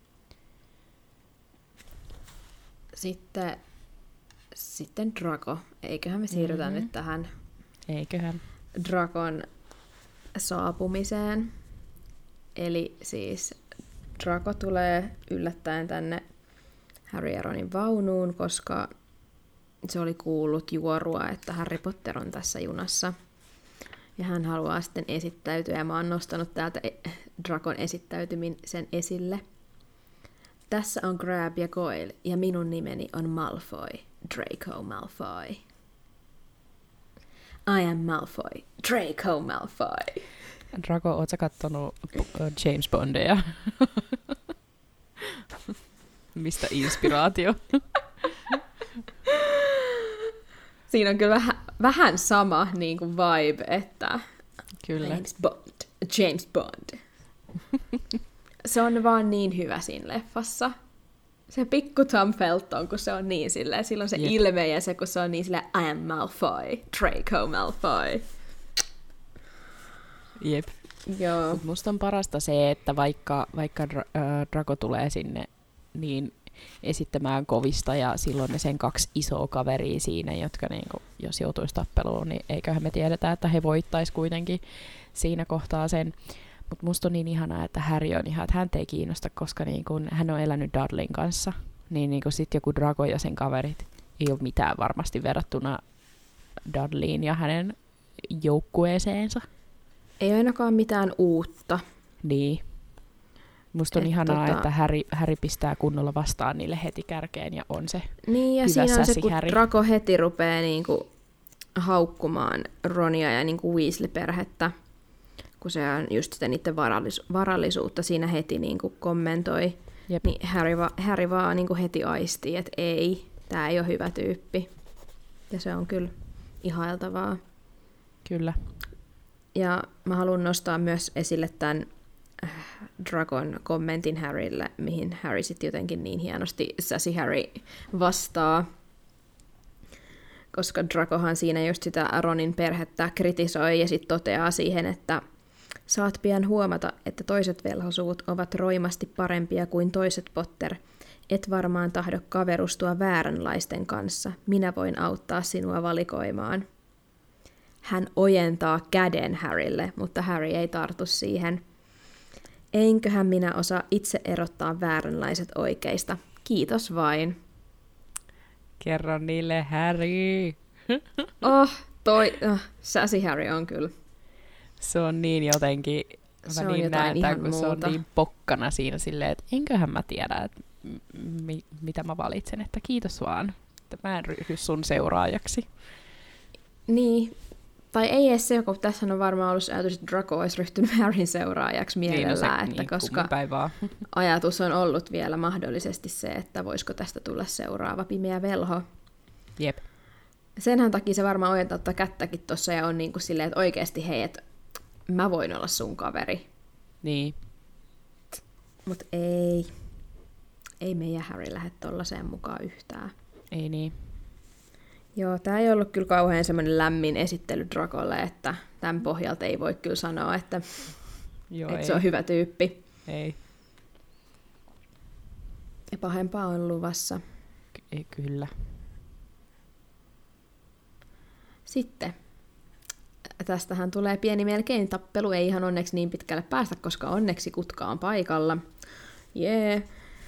Sitten Draco. Eiköhän me siirrytä nyt tähän Dracon saapumiseen. Eli siis Draco tulee yllättäen tänne Harry ja Ronin vaunuun, koska se oli kuullut juorua, että Harry Potter on tässä junassa. Ja hän haluaa sitten esittäytyä, ja mä oon nostanut täältä Dracon esittäytymin sen esille. Tässä on Crabbe ja Goyle, ja minun nimeni on Malfoy, Draco Malfoy. I am Malfoy, Draco Malfoy. Draco, oot sä kattonut James Bondia? Mistä inspiraatio? Siinä on kyllä vähän sama niin kuin vibe, että kyllä. James Bond. Se on vaan niin hyvä siinä leffassa. Se pikku Tom Felton, kun se on niin silleen, silloin se ilme ja se, kun se on niin silleen, I am Malfoy, Draco Malfoy. Jep. Joo. Musta on parasta se, että vaikka Draco tulee sinne niin esittämään kovista ja silloin ne sen 2 isoa kaveria siinä, jotka niinku, jos joutuisi tappeluun, niin eiköhän me tiedetä, että he voittais kuitenkin siinä kohtaa sen. Mutta musta on niin ihanaa, että Harry on ihan, että häntä ei kiinnosta, koska niinku, hän on elänyt Dudleyn kanssa. Niin niinku sitten joku Draco ja sen kaverit ei ole mitään varmasti verrattuna Dudleyin ja hänen joukkueeseensa. Ei ainakaan mitään uutta. Niin. Musta on ihanaa, että Harry pistää kunnolla vastaan niille heti kärkeen ja on se niin, ja hyvä siinä on se, kun Harry. Draco heti rupeaa niinku haukkumaan Ronia ja niinku Weasley-perhettä, kun se on just sitä niiden varallisuutta siinä heti niinku kommentoi. Jep. Niin Harry vaan niinku heti aistii, että ei, tää ei ole hyvä tyyppi. Ja se on kyllä ihailtavaa. Kyllä. Ja mä haluan nostaa myös esille tämän Dracon kommentin Harrylle, mihin Harry sitten jotenkin niin hienosti Sassy Harry vastaa. Koska Dracohan siinä just sitä Ronin perhettä kritisoi ja sitten toteaa siihen, että saat pian huomata, että toiset velhosuvut ovat roimasti parempia kuin toiset, Potter. Et varmaan tahdo kaverustua vääränlaisten kanssa. Minä voin auttaa sinua valikoimaan. Hän ojentaa käden Harrylle, mutta Harry ei tartu siihen. Enköhän minä osaa itse erottaa vääränlaiset oikeista. Kiitos vain. Kerro niille, Harry. Sassy Harry on kyllä. Se on niin jotenkin, se mä on niin näen tämän, kun muuta. se on niin pokkana siinä silleen, että enköhän mä tiedä, että mitä mä valitsen, että kiitos vaan, että mä en ryhdy sun seuraajaksi. Niin, tai ei edes se, kun tässä on varmaan ollut ajatus, että Draco olisi ryhtynyt Harryn seuraajaksi mielellään, että koska ajatus on ollut vielä mahdollisesti se, että voisiko tästä tulla seuraava pimeä velho. Jep. Senhän takia se varmaan ojentaa kättäkin tuossa ja on niin kuin silleen, että oikeasti hei, että mä voin olla sun kaveri. Niin. Mut ei meidän Harry lähde tollaseen mukaan yhtään. Ei niin. Joo, tää ei ollut kyllä kauhean semmoinen lämmin esittely Dracolle, että tämän pohjalta ei voi kyllä sanoa, että, että se on hyvä tyyppi. Ei. Ja pahempaa on luvassa. Kyllä. Sitten. Tästähän tulee pieni melkein tappelu, ei ihan onneksi niin pitkälle päästä, koska onneksi Kutka on paikalla. Jee.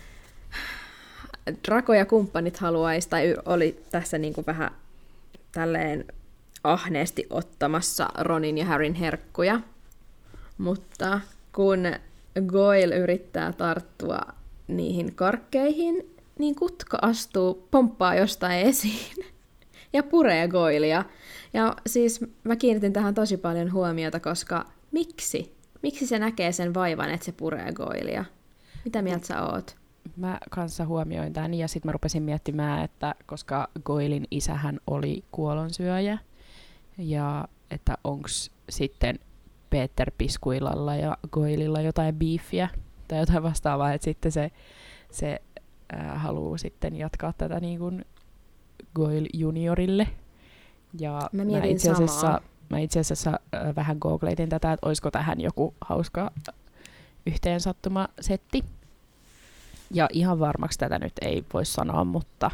Draco ja kumppanit haluaisi, tai oli tässä niinku vähän tälleen ahneesti ottamassa Ronin ja Harryn herkkuja. Mutta kun Goyle yrittää tarttua niihin karkkeihin, niin Kutka pomppaa jostain esiin ja puree Goylea. Ja siis mä kiinnitin tähän tosi paljon huomiota, koska miksi? Miksi se näkee sen vaivan, että se puree Goylea? Mitä mieltä sä oot? Mä kanssa huomioin tämän ja sitten mä rupesin miettimään, että koska Goylin isähän oli kuolonsyöjä ja että onks sitten Peter Piskuilalla ja Goylilla jotain beefiä tai jotain vastaavaa, että sitten se haluaa sitten jatkaa tätä niin kuin Goyle juniorille. Ja mä itse asiassa vähän googleitin tätä, että olisiko tähän joku hauska yhteensattumasetti. Ja ihan varmaksi tätä nyt ei voi sanoa, mutta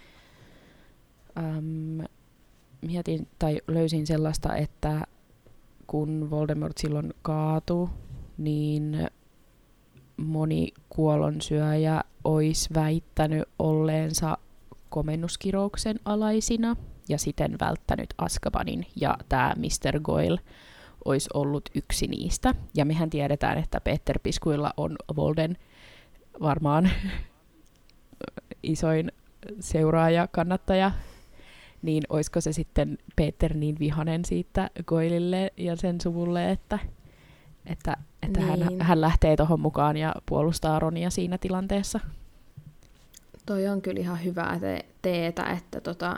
mietin tai löysin sellaista, että kun Voldemort silloin kaatui, niin moni kuolonsyöjä olisi väittänyt olleensa komennuskirouksen alaisina ja siten välttänyt Azkabanin, ja tämä Mr. Goyle olisi ollut yksi niistä. Ja mehän tiedetään, että Peter Piskuilla on Volden varmaan isoin seuraaja, kannattaja, niin olisiko se sitten Peter niin vihanen siitä Goylille ja sen suvulle, että niin. hän lähtee tuohon mukaan ja puolustaa Ronia siinä tilanteessa? Toi on kyllä ihan hyvää teetä, että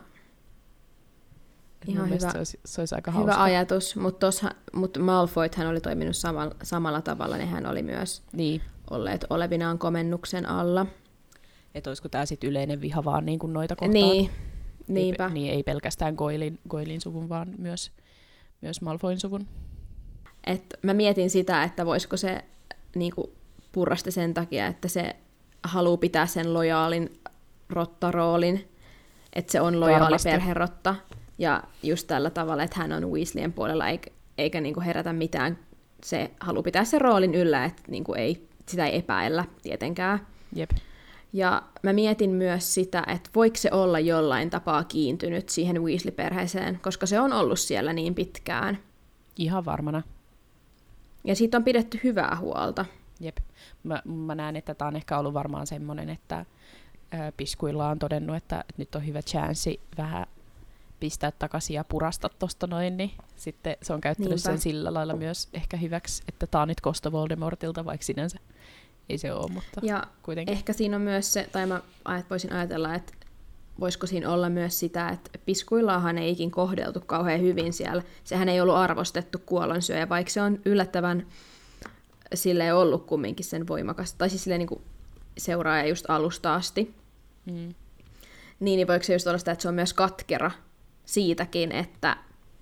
ihan hyvä, se olisi aika hyvä hauska ajatus, mutta Malfoythan oli toiminut samalla tavalla, nehän oli myös olleet olevinaan komennuksen alla. Että olisiko tämä sitten yleinen viha vaan niin kuin noita kohtaan? Niin, niinpä. Niin ei pelkästään Goylin suvun, vaan myös Malfoyn suvun. Et mä mietin sitä, että voisiko se niinku purrasta sen takia, että se haluaa pitää sen lojaalin rottaroolin, että se on lojaali perherotta. Ja just tällä tavalla, että hän on Weasleyen puolella, eikä niinku herätä mitään. Se haluaa pitää sen roolin yllä, että niinku sitä ei epäillä tietenkään. Jep. Ja mä mietin myös sitä, että voiko se olla jollain tapaa kiintynyt siihen Weasley-perheeseen, koska se on ollut siellä niin pitkään. Ihan varmana. Ja siitä on pidetty hyvää huolta. Jep. Mä näen, että tämä on ehkä ollut varmaan semmoinen, että Piskuilla on todennut, että nyt on hyvä chanssi vähän pistää takaisin ja purasta tosta noin, niin sitten se on käyttänyt sen sillä lailla myös ehkä hyväksi, että tämä on nyt kosto Voldemortilta, vaikka sinänsä ei se ole, mutta ja kuitenkin. Ehkä siinä on myös se, tai mä voisin ajatella, että voisiko siinä olla myös sitä, että Piskuillaahan ei ikin kohdeltu kauhean hyvin siellä. Sehän ei ollut arvostettu kuolonsyöjä, vaikka se on yllättävän silleen ollut kumminkin sen voimakas, tai siis silleen niin kuin seuraaja just alusta asti. Niin voiko se just olla sitä, että se on myös katkera siitäkin, että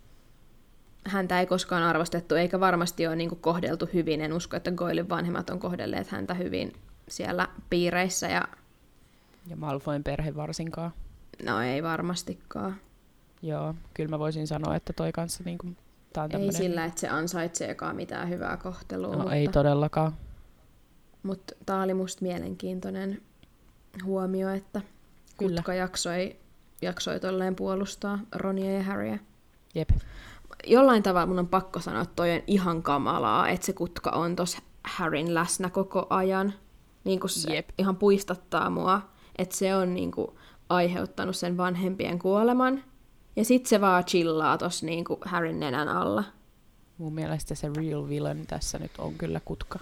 häntä ei koskaan arvostettu, eikä varmasti ole niin kuin kohdeltu hyvin. En usko, että Goylin vanhemmat on kohdelleet häntä hyvin siellä piireissä. Ja Malfoyn perhe varsinkaan. No ei varmastikaan. Joo, kyllä mä voisin sanoa, että toi kanssa niin kuin, tää on tämmönen. Ei sillä, että se ansaitseekaan mitään hyvää kohtelua. No mutta ei todellakaan. Mutta tää oli musta mielenkiintoinen huomio, että Kutka jaksoi tolleen puolustaa Ronia ja Harryä. Jep. Jollain tavalla mun on pakko sanoa, että toi on ihan kamalaa, että se Kutka on tossa Harryn läsnä koko ajan. Niin kuin se ihan puistattaa mua, että se on niin kuin aiheuttanut sen vanhempien kuoleman. Ja sit se vaan chillaa tossa niin kuin Harryn nenän alla. Mun mielestä se real villain tässä nyt on kyllä Kutka.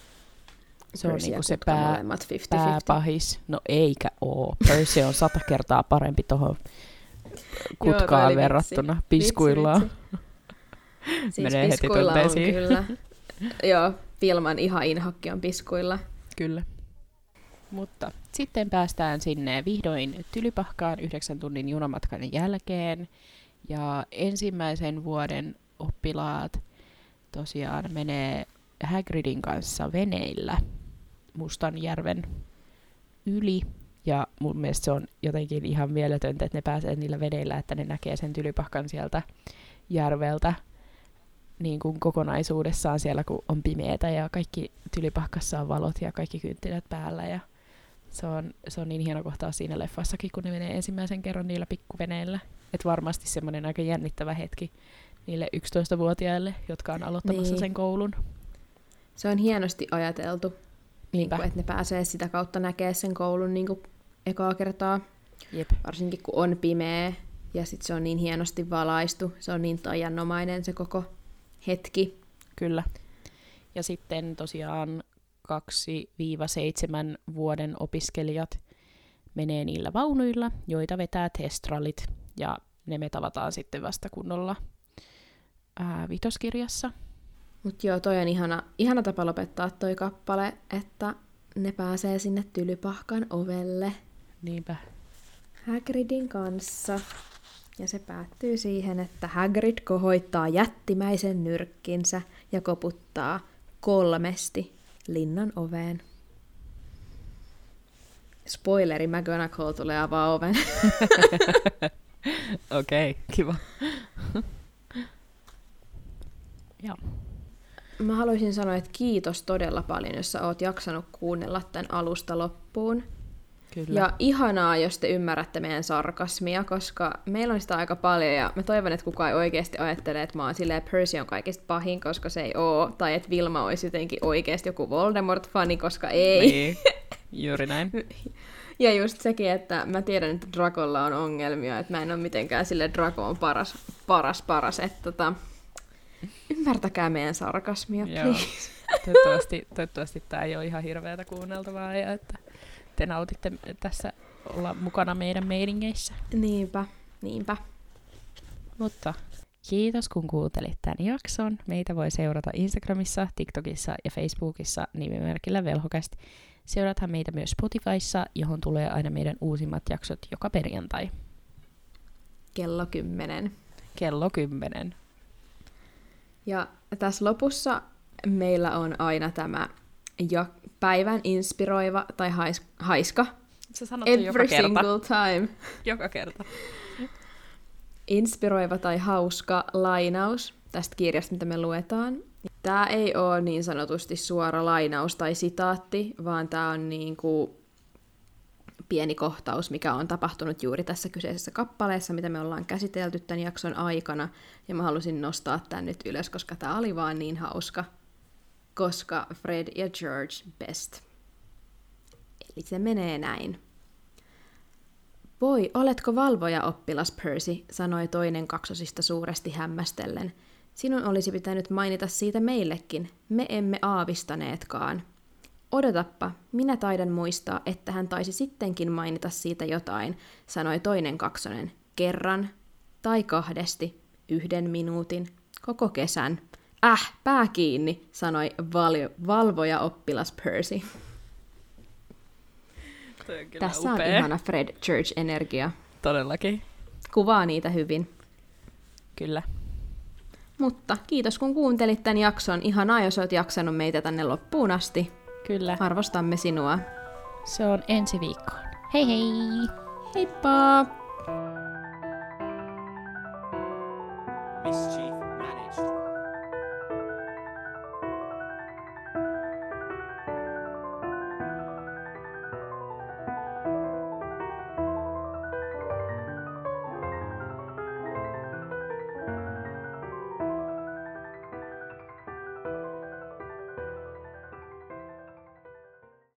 Se Percy on niinku se 50-50. pääpahis. No eikä oo. Percy on 100 kertaa parempi tohon Kutkaan Joo, verrattuna. Piskuillaan. Siis menee heti Piskuilla on tunteisiin. kyllä. Joo, Vilman ihan inhokki on Piskuilla. Kyllä. Mutta sitten päästään sinne vihdoin Tylypahkaan 9 tunnin junamatkan jälkeen. Ja ensimmäisen vuoden oppilaat tosiaan menee Hagridin kanssa veneillä Mustanjärven yli. Ja mun mielestä se on jotenkin ihan mieletöntä, että ne pääsee niillä veneillä, että ne näkee sen Tylypahkan sieltä järveltä niin kuin kokonaisuudessaan siellä, kun on pimeätä ja kaikki Tylypahkassa on valot ja kaikki kynttilät päällä. Ja se on niin hieno kohtaus siinä leffassakin, kun ne menee ensimmäisen kerran niillä pikkuveneillä. Että varmasti semmoinen aika jännittävä hetki niille 11-vuotiaille, jotka on aloittamassa sen koulun. Se on hienosti ajateltu, niin kuin, että ne pääsee sitä kautta näkemään sen koulun niin kuin ekaa kertaa. Jep. Varsinkin kun on pimeä ja sit se on niin hienosti valaistu. Se on niin taianomainen se koko hetki. Kyllä. Ja sitten tosiaan 2-7 vuoden opiskelijat menee niillä vaunuilla, joita vetää testrallit. Ja ne me tavataan sitten vasta kunnolla vitoskirjassa. Mut joo, toi on ihana tapa lopettaa toi kappale, että ne pääsee sinne Tylypahkan ovelle. Niinpä. Hagridin kanssa. Ja se päättyy siihen, että Hagrid kohoittaa jättimäisen nyrkkinsä ja koputtaa 3 linnan oveen. Spoileri, McGonagall tulee avaa oven. Okei, kiva. Joo. Mä haluaisin sanoa, että kiitos todella paljon, jos sä oot jaksanut kuunnella tämän alusta loppuun. Kyllä. Ja ihanaa, jos te ymmärrätte meidän sarkasmia, koska meillä on sitä aika paljon, ja mä toivon, että kukaan ei oikeasti ajattele, että mä oon silleen, Percy on kaikista pahin, koska se ei oo, tai että Vilma olisi jotenkin oikeasti joku Voldemort-fani, koska ei. Niin, juuri näin. Ja just sekin, että mä tiedän, että Dracolla on ongelmia, että mä en ole mitenkään sille Draco on paras, että ymmärtäkää meidän sarkasmia, please. Toivottavasti tää ei ole ihan hirveätä kuunneltavaa ja että te nautitte tässä olla mukana meidän meiningeissä. Niinpä. Mutta kiitos kun kuuntelit tämän jakson. Meitä voi seurata Instagramissa, TikTokissa ja Facebookissa nimimerkillä Velhokast. Seuraathan meitä myös Spotifyssa, johon tulee aina meidän uusimmat jaksot joka perjantai. Kello 10. Kello 10. Ja tässä lopussa meillä on aina tämä päivän inspiroiva tai haiska. Sä sanot every joka kerta. Single time. Joka kerta. Inspiroiva tai hauska lainaus tästä kirjasta, mitä me luetaan. Tämä ei ole niin sanotusti suora lainaus tai sitaatti, vaan tämä on niin kuin pieni kohtaus, mikä on tapahtunut juuri tässä kyseisessä kappaleessa, mitä me ollaan käsitelty tämän jakson aikana. Ja mä halusin nostaa tämän nyt ylös, koska tämä oli vaan niin hauska. Koska Fred ja George best. Eli se menee näin. Voi, oletko valvoja oppilas Percy, sanoi toinen kaksosista suuresti hämmästellen. Sinun olisi pitänyt mainita siitä meillekin. Me emme aavistaneetkaan. Odotappa, minä taidan muistaa, että hän taisi sittenkin mainita siitä jotain, sanoi toinen kaksonen. Kerran tai 2, 1 minuutin, koko kesän. Pää kiinni, sanoi valvoja oppilas Percy. Tässä on ihana Fred Church-energia. Todellakin. Kuvaa niitä hyvin. Kyllä. Mutta kiitos kun kuuntelit tämän jakson. Ihanaa, jos olet jaksanut meitä tänne loppuun asti. Kyllä. Arvostamme sinua. Se on ensi viikkoon. Hei hei! Heippa! Mischief